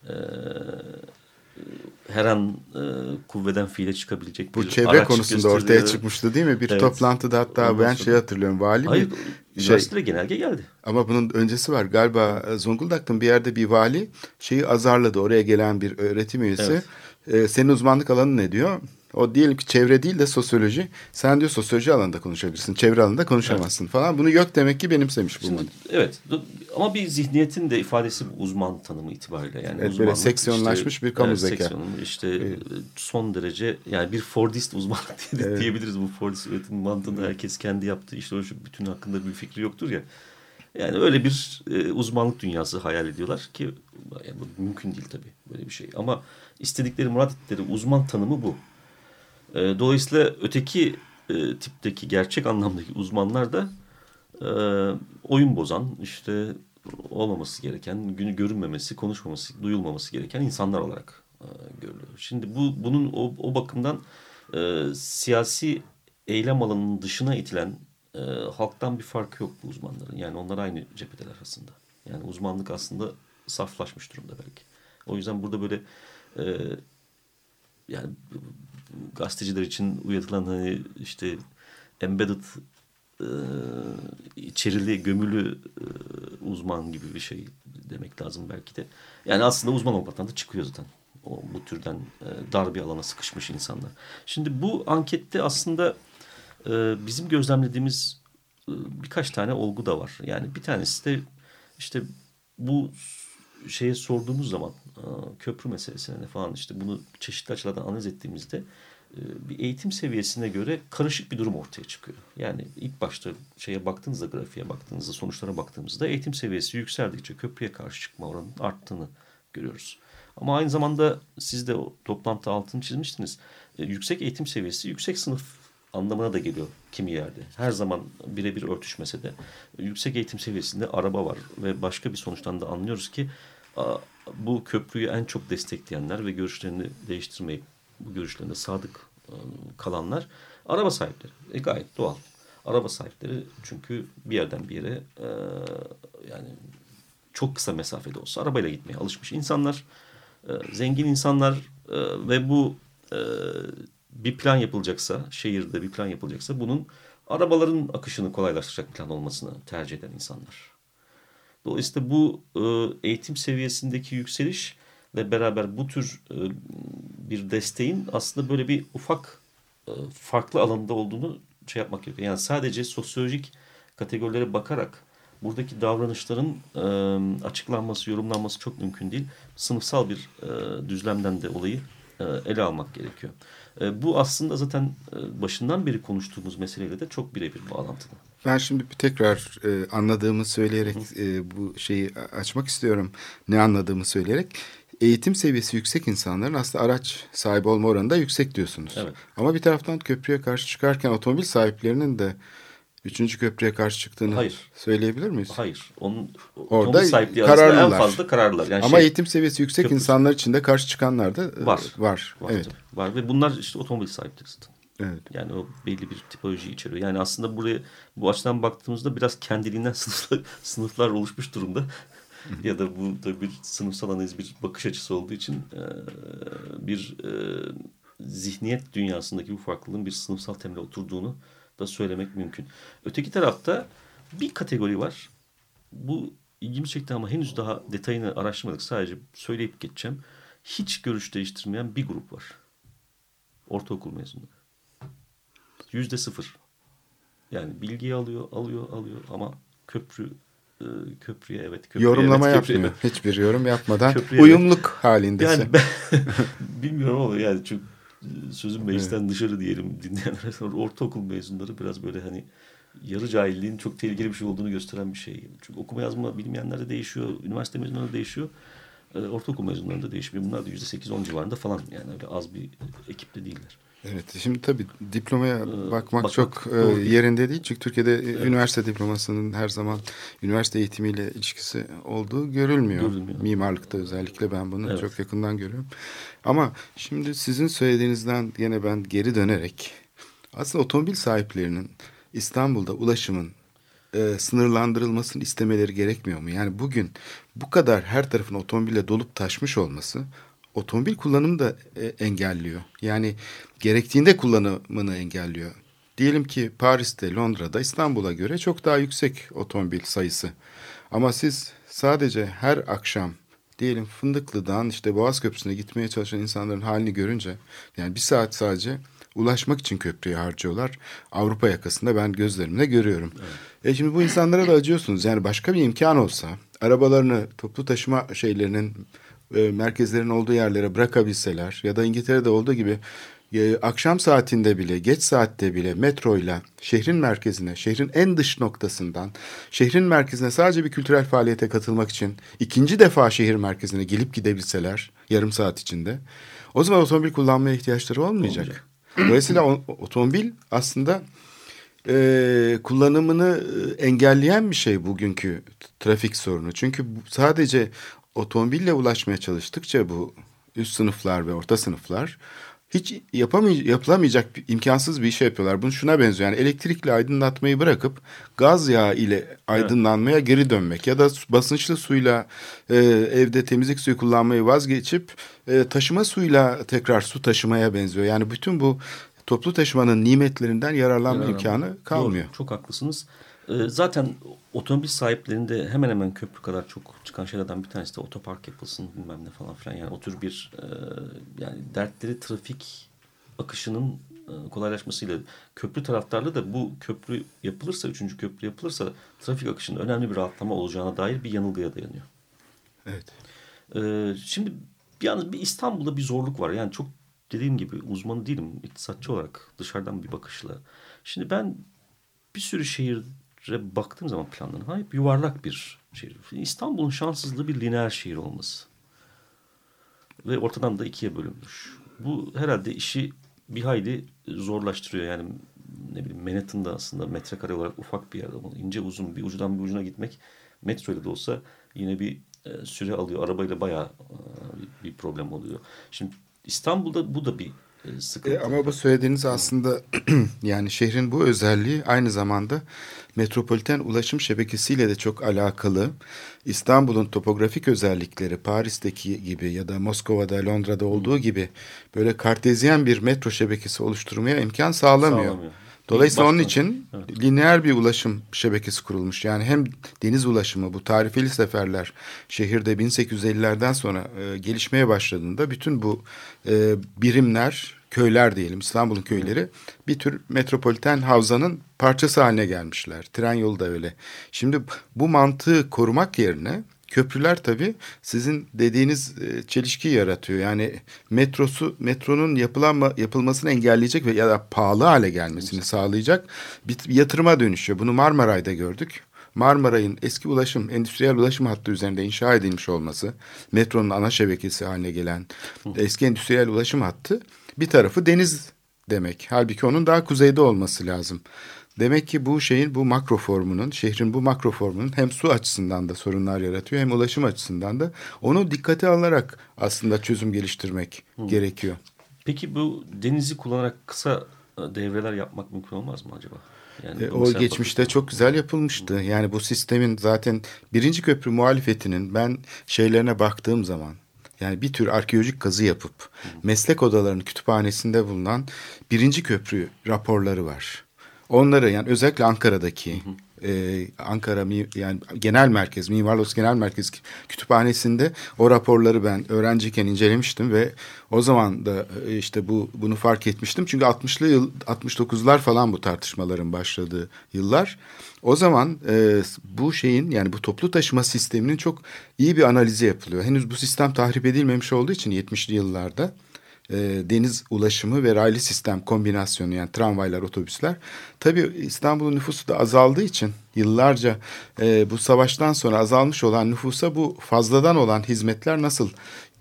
her an kuvveden fiile çıkabilecek bir bu çevre konusunda ortaya çıkmıştı değil mi? Bir toplantıda hatta ben hatırlıyorum. Vali üniversitede genelge geldi. Ama bunun öncesi var. Galiba Zonguldak'tan bir yerde bir vali azarladı. Oraya gelen bir öğretim üyesi. Evet. Senin uzmanlık alanın ne diyor? O diyelim ki çevre değil de sosyoloji. Sen diyor sosyoloji alanında konuşabilirsin. Çevre alanında konuşamazsın falan. Bunu YÖK demek ki benimsemiş bu model. Evet. Ama bir zihniyetin de ifadesi uzman tanımı itibariyle. Yani evet, böyle seksiyonlaşmış bir kamu zeka. Son derece bir Fordist uzmanlık diyebiliriz. Bu Fordist üretim mantığında herkes kendi yaptığı bütün hakkında bir fikri yoktur ya. Yani öyle bir uzmanlık dünyası hayal ediyorlar ki bu mümkün değil tabii böyle bir şey. Ama istedikleri, murat ettikleri uzman tanımı bu. Dolayısıyla öteki tipteki gerçek anlamdaki uzmanlar da oyun bozan, olmaması gereken, günü görünmemesi, konuşmaması, duyulmaması gereken insanlar olarak görülüyor. Şimdi bunun o bakımdan siyasi eylem alanının dışına itilen halktan bir farkı yok bu uzmanların. Yani onlar aynı cephedeler aslında. Yani uzmanlık aslında saflaşmış durumda belki. O yüzden burada böyle yani gazeteciler için uyatılan hani işte embedded içerili, gömülü uzman gibi bir şey demek lazım belki de. Yani aslında uzman olmaktan da çıkıyor zaten. Bu türden dar bir alana sıkışmış insanlar. Şimdi bu ankette aslında bizim gözlemlediğimiz birkaç tane olgu da var. Yani bir tanesi de işte bu şeye sorduğumuz zaman köprü meselesine falan işte bunu çeşitli açılardan analiz ettiğimizde bir eğitim seviyesine göre karışık bir durum ortaya çıkıyor. Yani ilk başta şeye baktığınızda, grafiğe baktığınızda, sonuçlara baktığımızda eğitim seviyesi yükseldikçe köprüye karşı çıkma oranının arttığını görüyoruz. Ama aynı zamanda siz de o toplantıda altını çizmiştiniz. Yüksek eğitim seviyesi yüksek sınıf anlamına da geliyor kimi yerde. Her zaman birebir örtüşmese de yüksek eğitim seviyesinde araba var ve başka bir sonuçtan da anlıyoruz ki bu köprüyü en çok destekleyenler ve görüşlerini değiştirmeyip bu görüşlerine sadık kalanlar araba sahipleri. Gayet doğal. Araba sahipleri çünkü bir yerden bir yere yani çok kısa mesafede olsa arabayla gitmeye alışmış insanlar, zengin insanlar ve bu bir plan yapılacaksa, şehirde bir plan yapılacaksa bunun arabaların akışını kolaylaştıracak plan olmasını tercih eden insanlar. Dolayısıyla bu eğitim seviyesindeki yükselişle beraber bu tür bir desteğin aslında böyle bir ufak farklı alanda olduğunu şey yapmak gerekiyor. Yani sadece sosyolojik kategorilere bakarak buradaki davranışların açıklanması, yorumlanması çok mümkün değil. Sınıfsal bir düzlemden de olayı ele almak gerekiyor. Bu aslında zaten başından beri konuştuğumuz meseleyle de çok birebir bağlantılı. Ben şimdi bir tekrar anladığımı söyleyerek bu şeyi açmak istiyorum. Ne anladığımı söyleyerek. Eğitim seviyesi yüksek insanların aslında araç sahibi olma oranı da yüksek diyorsunuz. Evet. Ama bir taraftan köprüye karşı çıkarken otomobil sahiplerinin de 3. köprüye karşı çıktığını söyleyebilir miyiz? Hayır. Orada sahipliği kararlılar. En fazla kararlılar. Yani ama eğitim seviyesi yüksek köprü insanlar için de karşı çıkanlar da var. Evet. Var ve bunlar işte otomobil sahipleri zaten. Evet. Yani o belli bir tipoloji içeriyor. Yani aslında buraya bu açıdan baktığımızda biraz kendiliğinden sınıflar oluşmuş durumda. Ya da bu da bir sınıfsal analiz, bir bakış açısı olduğu için bir zihniyet dünyasındaki bu farklılığın bir sınıfsal temele oturduğunu da söylemek mümkün. Öteki tarafta bir kategori var. Bu ilgimi çekti ama henüz daha detayını araştırmadık. Sadece söyleyip geçeceğim. Hiç görüş değiştirmeyen bir grup var. Ortaokul mezunları. %0. Yani bilgiyi alıyor ama köprüye yorumlama yapmıyor. Hiçbir yorum yapmadan uyumluk halindesin. Yani ben bilmiyorum ama yani çok sözün meclisten dışarı diyelim dinleyenler. Ortaokul mezunları biraz böyle hani yarı cahilliğin çok tehlikeli bir şey olduğunu gösteren bir şey. Çünkü okuma yazma bilmeyenler de değişiyor. Üniversite mezunları da değişiyor. Ortaokul mezunları da değişmiyor. Bunlar da %8-10 civarında falan. Yani öyle az bir ekipte değiller. Evet, şimdi tabii diplomaya bakmak çok yerinde değil. Çünkü Türkiye'de üniversite diplomasının her zaman üniversite eğitimiyle ilişkisi olduğu görülmüyor. Mimarlıkta özellikle ben bunu çok yakından görüyorum. Ama şimdi sizin söylediğinizden yine ben geri dönerek aslında otomobil sahiplerinin İstanbul'da ulaşımın sınırlandırılmasını istemeleri gerekmiyor mu? Yani bugün bu kadar her tarafın otomobille dolup taşmış olması otomobil kullanımını da engelliyor. Yani gerektiğinde kullanımını engelliyor. Diyelim ki Paris'te, Londra'da İstanbul'a göre çok daha yüksek otomobil sayısı. Ama siz sadece her akşam diyelim Fındıklı'dan işte Boğaz Köprüsü'ne gitmeye çalışan insanların halini görünce yani bir saat sadece ulaşmak için köprüyü harcıyorlar. Avrupa yakasında ben gözlerimle görüyorum. Evet. Şimdi bu insanlara da acıyorsunuz. Yani başka bir imkan olsa arabalarını toplu taşıma şeylerinin merkezlerin olduğu yerlere bırakabilseler ya da İngiltere'de olduğu gibi akşam saatinde bile geç saatte bile metroyla şehrin merkezine, şehrin en dış noktasından şehrin merkezine sadece bir kültürel faaliyete katılmak için ikinci defa şehir merkezine gelip gidebilseler yarım saat içinde o zaman otomobil kullanmaya ihtiyaçları olmayacak. Dolayısıyla otomobil aslında kullanımını engelleyen bir şey bugünkü trafik sorunu. Çünkü sadece otomobille ulaşmaya çalıştıkça bu üst sınıflar ve orta sınıflar hiç yapılamayacak, imkansız bir işe yapıyorlar. Bunu şuna benziyor. Yani elektrikle aydınlatmayı bırakıp gaz yağı ile aydınlanmaya geri dönmek ya da basınçlı suyla evde temizlik suyu kullanmayı vazgeçip taşıma suyla tekrar su taşımaya benziyor. Yani bütün bu toplu taşımanın nimetlerinden yararlanma imkanı kalmıyor. Doğru, çok haklısınız. Zaten otomobil sahiplerinde hemen hemen köprü kadar çok çıkan şeylerden bir tanesi de otopark yapılsın bilmem ne falan filan. Yani o tür bir yani dertleri trafik akışının kolaylaşmasıyla, köprü taraftarlığı da bu köprü yapılırsa, 3. köprü yapılırsa trafik akışının önemli bir rahatlama olacağına dair bir yanılgıya dayanıyor. Evet. Şimdi yalnız bir İstanbul'da bir zorluk var. Yani çok dediğim gibi uzmanı değilim iktisatçı olarak dışarıdan bir bakışla. Şimdi ben bir sürü şehire baktığım zaman planlarına hep yuvarlak bir şehir. İstanbul'un şanssızlığı bir lineer şehir olması. Ve ortadan da 2'ye bölünmüş. Bu herhalde işi bir hayli zorlaştırıyor. Yani ne bileyim Manhattan'da aslında metrekare olarak ufak bir yer ama ince uzun bir ucudan bir ucuna gitmek metroyla da olsa yine bir süre alıyor. Arabayla bayağı bir problem oluyor. Şimdi İstanbul'da bu da bir sıkıntı. Ama bu söylediğiniz aslında yani şehrin bu özelliği aynı zamanda metropoliten ulaşım şebekesiyle de çok alakalı. İstanbul'un topografik özellikleri Paris'teki gibi ya da Moskova'da, Londra'da olduğu gibi böyle kartezyen bir metro şebekesi oluşturmaya imkan sağlamıyor. Dolayısıyla onun için lineer bir ulaşım şebekesi kurulmuş. Yani hem deniz ulaşımı, bu tarifeli seferler şehirde 1850'lerden sonra gelişmeye başladığında bütün bu birimler, köyler diyelim, İstanbul'un köyleri bir tür metropoliten havzanın parçası haline gelmişler. Tren yolu da öyle. Şimdi bu mantığı korumak yerine köprüler tabii sizin dediğiniz çelişkiyi yaratıyor. Yani metronun yapılmasını engelleyecek ve ya da pahalı hale gelmesini sağlayacak bir yatırıma dönüşüyor. Bunu Marmaray'da gördük. Marmaray'ın eski endüstriyel ulaşım hattı üzerinde inşa edilmiş olması, metronun ana şebekesi haline gelen eski endüstriyel ulaşım hattı bir tarafı deniz demek. Halbuki onun daha kuzeyde olması lazım. Demek ki bu şehrin bu makro formunun hem su açısından da sorunlar yaratıyor hem ulaşım açısından da onu dikkate alarak aslında çözüm geliştirmek gerekiyor. Peki bu denizi kullanarak kısa devreler yapmak mümkün olmaz mı acaba? Yani o geçmişte çok güzel yapılmıştı. Yani bu sistemin zaten 1. köprü muhalefetinin ben şeylerine baktığım zaman yani bir tür arkeolojik kazı yapıp meslek odalarının kütüphanesinde bulunan 1. köprü raporları var. Onları yani özellikle Ankara'daki Ankara yani genel merkez, Mimarlık Odası Genel Merkez kütüphanesinde o raporları ben öğrenciyken incelemiştim ve o zaman da işte bunu fark etmiştim. Çünkü 69'lar falan bu tartışmaların başladığı yıllar. O zaman bu şeyin yani bu toplu taşıma sisteminin çok iyi bir analizi yapılıyor. Henüz bu sistem tahrip edilmemiş olduğu için 70'li yıllarda deniz ulaşımı ve raylı sistem kombinasyonu yani tramvaylar, otobüsler. Tabii İstanbul'un nüfusu da azaldığı için yıllarca bu savaştan sonra azalmış olan nüfusa bu fazladan olan hizmetler nasıl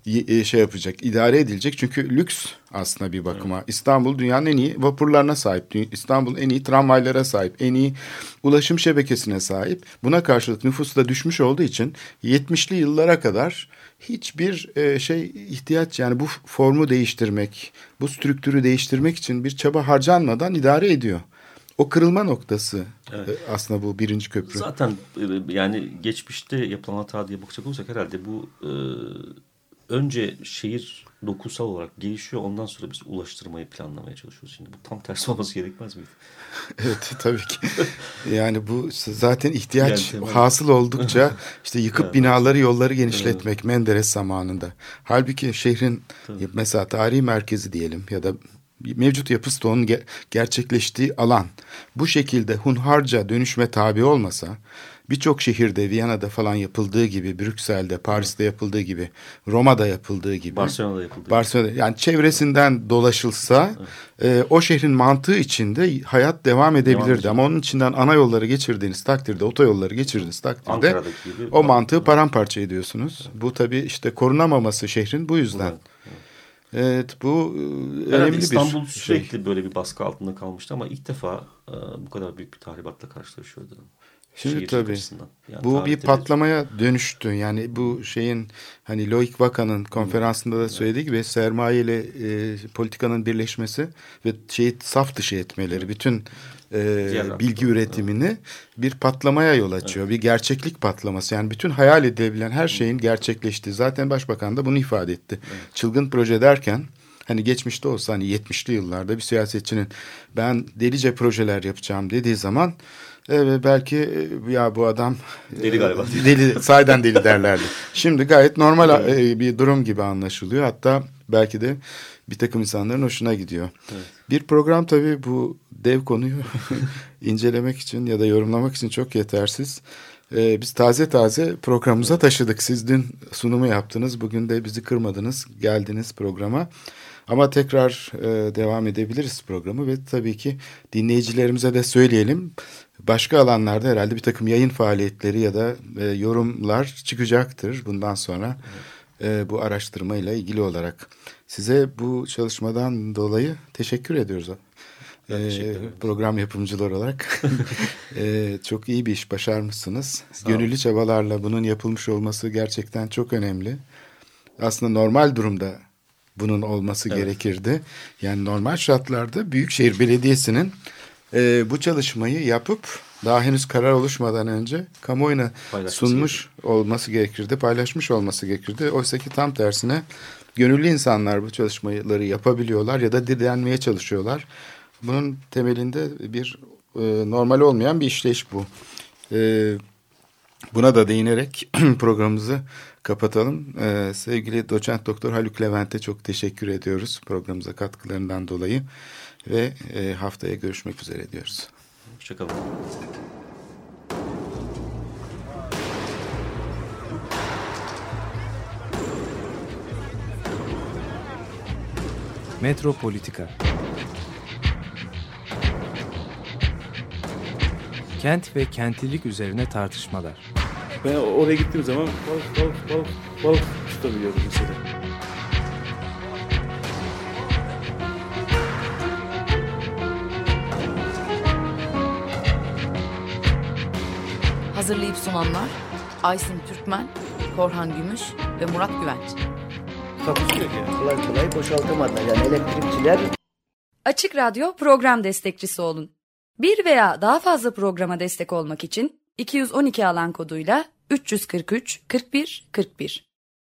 idare edilecek? Çünkü lüks aslında bir bakıma. Evet. İstanbul dünyanın en iyi vapurlarına sahip. İstanbul en iyi tramvaylara sahip. En iyi ulaşım şebekesine sahip. Buna karşılık nüfusu da düşmüş olduğu için 70'li yıllara kadar hiçbir ihtiyaç yani bu formu değiştirmek, bu strüktürü değiştirmek için bir çaba harcanmadan idare ediyor. O kırılma noktası aslında bu 1. köprü. Zaten yani geçmişte yapılan hata diye bakacak olursak herhalde bu önce şehir dokusal olarak gelişiyor. Ondan sonra biz ulaştırmayı planlamaya çalışıyoruz. Şimdi bu tam tersi olması gerekmez miydi? Evet tabii ki. Yani bu zaten ihtiyaç hasıl oldukça işte yıkıp binaları yolları genişletmek Menderes zamanında. Halbuki şehrin mesela tarihi merkezi diyelim ya da mevcut yapı stoğunun gerçekleştiği alan bu şekilde hunharca dönüşme tabi olmasa birçok şehirde Viyana'da falan yapıldığı gibi, Brüksel'de, Paris'te yapıldığı gibi, Roma'da yapıldığı gibi, Barcelona'da yani çevresinden dolaşılsa o şehrin mantığı içinde hayat devam edebilirdi. Ama onun içinden ana yolları geçirdiğiniz takdirde, otoyolları geçirdiğiniz takdirde o mantığı paramparça ediyorsunuz. Bu tabii işte korunamaması şehrin bu yüzden. Evet bu önemli bir İstanbul sürekli böyle bir baskı altında kalmıştı ama ilk defa bu kadar büyük bir tahribatla karşılaşıyordu. Şimdi şehircilik tabii açısından. Yani bu bir tarihte patlamaya dönüştü. Yani bu şeyin hani Loic Waca'nın konferansında da söylediği gibi sermaye ile politikanın birleşmesi ve saf dışı etmeleri bütün bilgi üretimini bir patlamaya yol açıyor. Bir gerçeklik patlaması. Yani bütün hayal edilebilen her şeyin gerçekleştiği. Zaten Başbakan da bunu ifade etti. Çılgın proje derken hani geçmişte olsa hani 70'li yıllarda bir siyasetçinin ben delice projeler yapacağım dediği zaman belki ya bu adam deli galiba. Deli, sahiden deli derlerdi. Şimdi gayet normal bir durum gibi anlaşılıyor. Hatta belki de bir takım insanların hoşuna gidiyor. Evet. Bir program tabii bu dev konuyu incelemek için ya da yorumlamak için çok yetersiz. Biz taze programımıza taşıdık. Siz dün sunumu yaptınız. Bugün de bizi kırmadınız. Geldiniz programa. Ama tekrar devam edebiliriz programı ve tabii ki dinleyicilerimize de söyleyelim. Başka alanlarda herhalde bir takım yayın faaliyetleri ya da yorumlar çıkacaktır bundan sonra bu araştırmayla ilgili olarak. Size bu çalışmadan dolayı teşekkür ediyoruz. Program yapımcılar olarak çok iyi bir iş başarmışsınız. Gönüllü çabalarla bunun yapılmış olması gerçekten çok önemli. Aslında normal durumda bunun olması gerekirdi. Yani normal şartlarda Büyükşehir Belediyesi'nin bu çalışmayı yapıp daha henüz karar oluşmadan önce kamuoyuna sunmuş olması gerekirdi, paylaşmış olması gerekirdi. Oysa ki tam tersine gönüllü insanlar bu çalışmaları yapabiliyorlar ya da direnmeye çalışıyorlar. Bunun temelinde bir normal olmayan bir işleyiş bu. Buna da değinerek programımızı kapatalım. Sevgili Doçent Doktor Haluk Levent'e çok teşekkür ediyoruz programımıza katkılarından dolayı ve haftaya görüşmek üzere diyoruz. Hoşçakalın. Metropolitika. Kent ve kentlilik üzerine tartışmalar. Ben oraya gittiğim zaman balık tutabiliyordum mesela. Hazırlayıp sunanlar Aysin Türkmen, Korhan Gümüş ve Murat Güvenç. Takusuyor yani. Kolay kolay boşaltamadılar. Yani elektrikçiler... Açık Radyo program destekçisi olun. Bir veya daha fazla programa destek olmak için 212 alan koduyla 343 41 41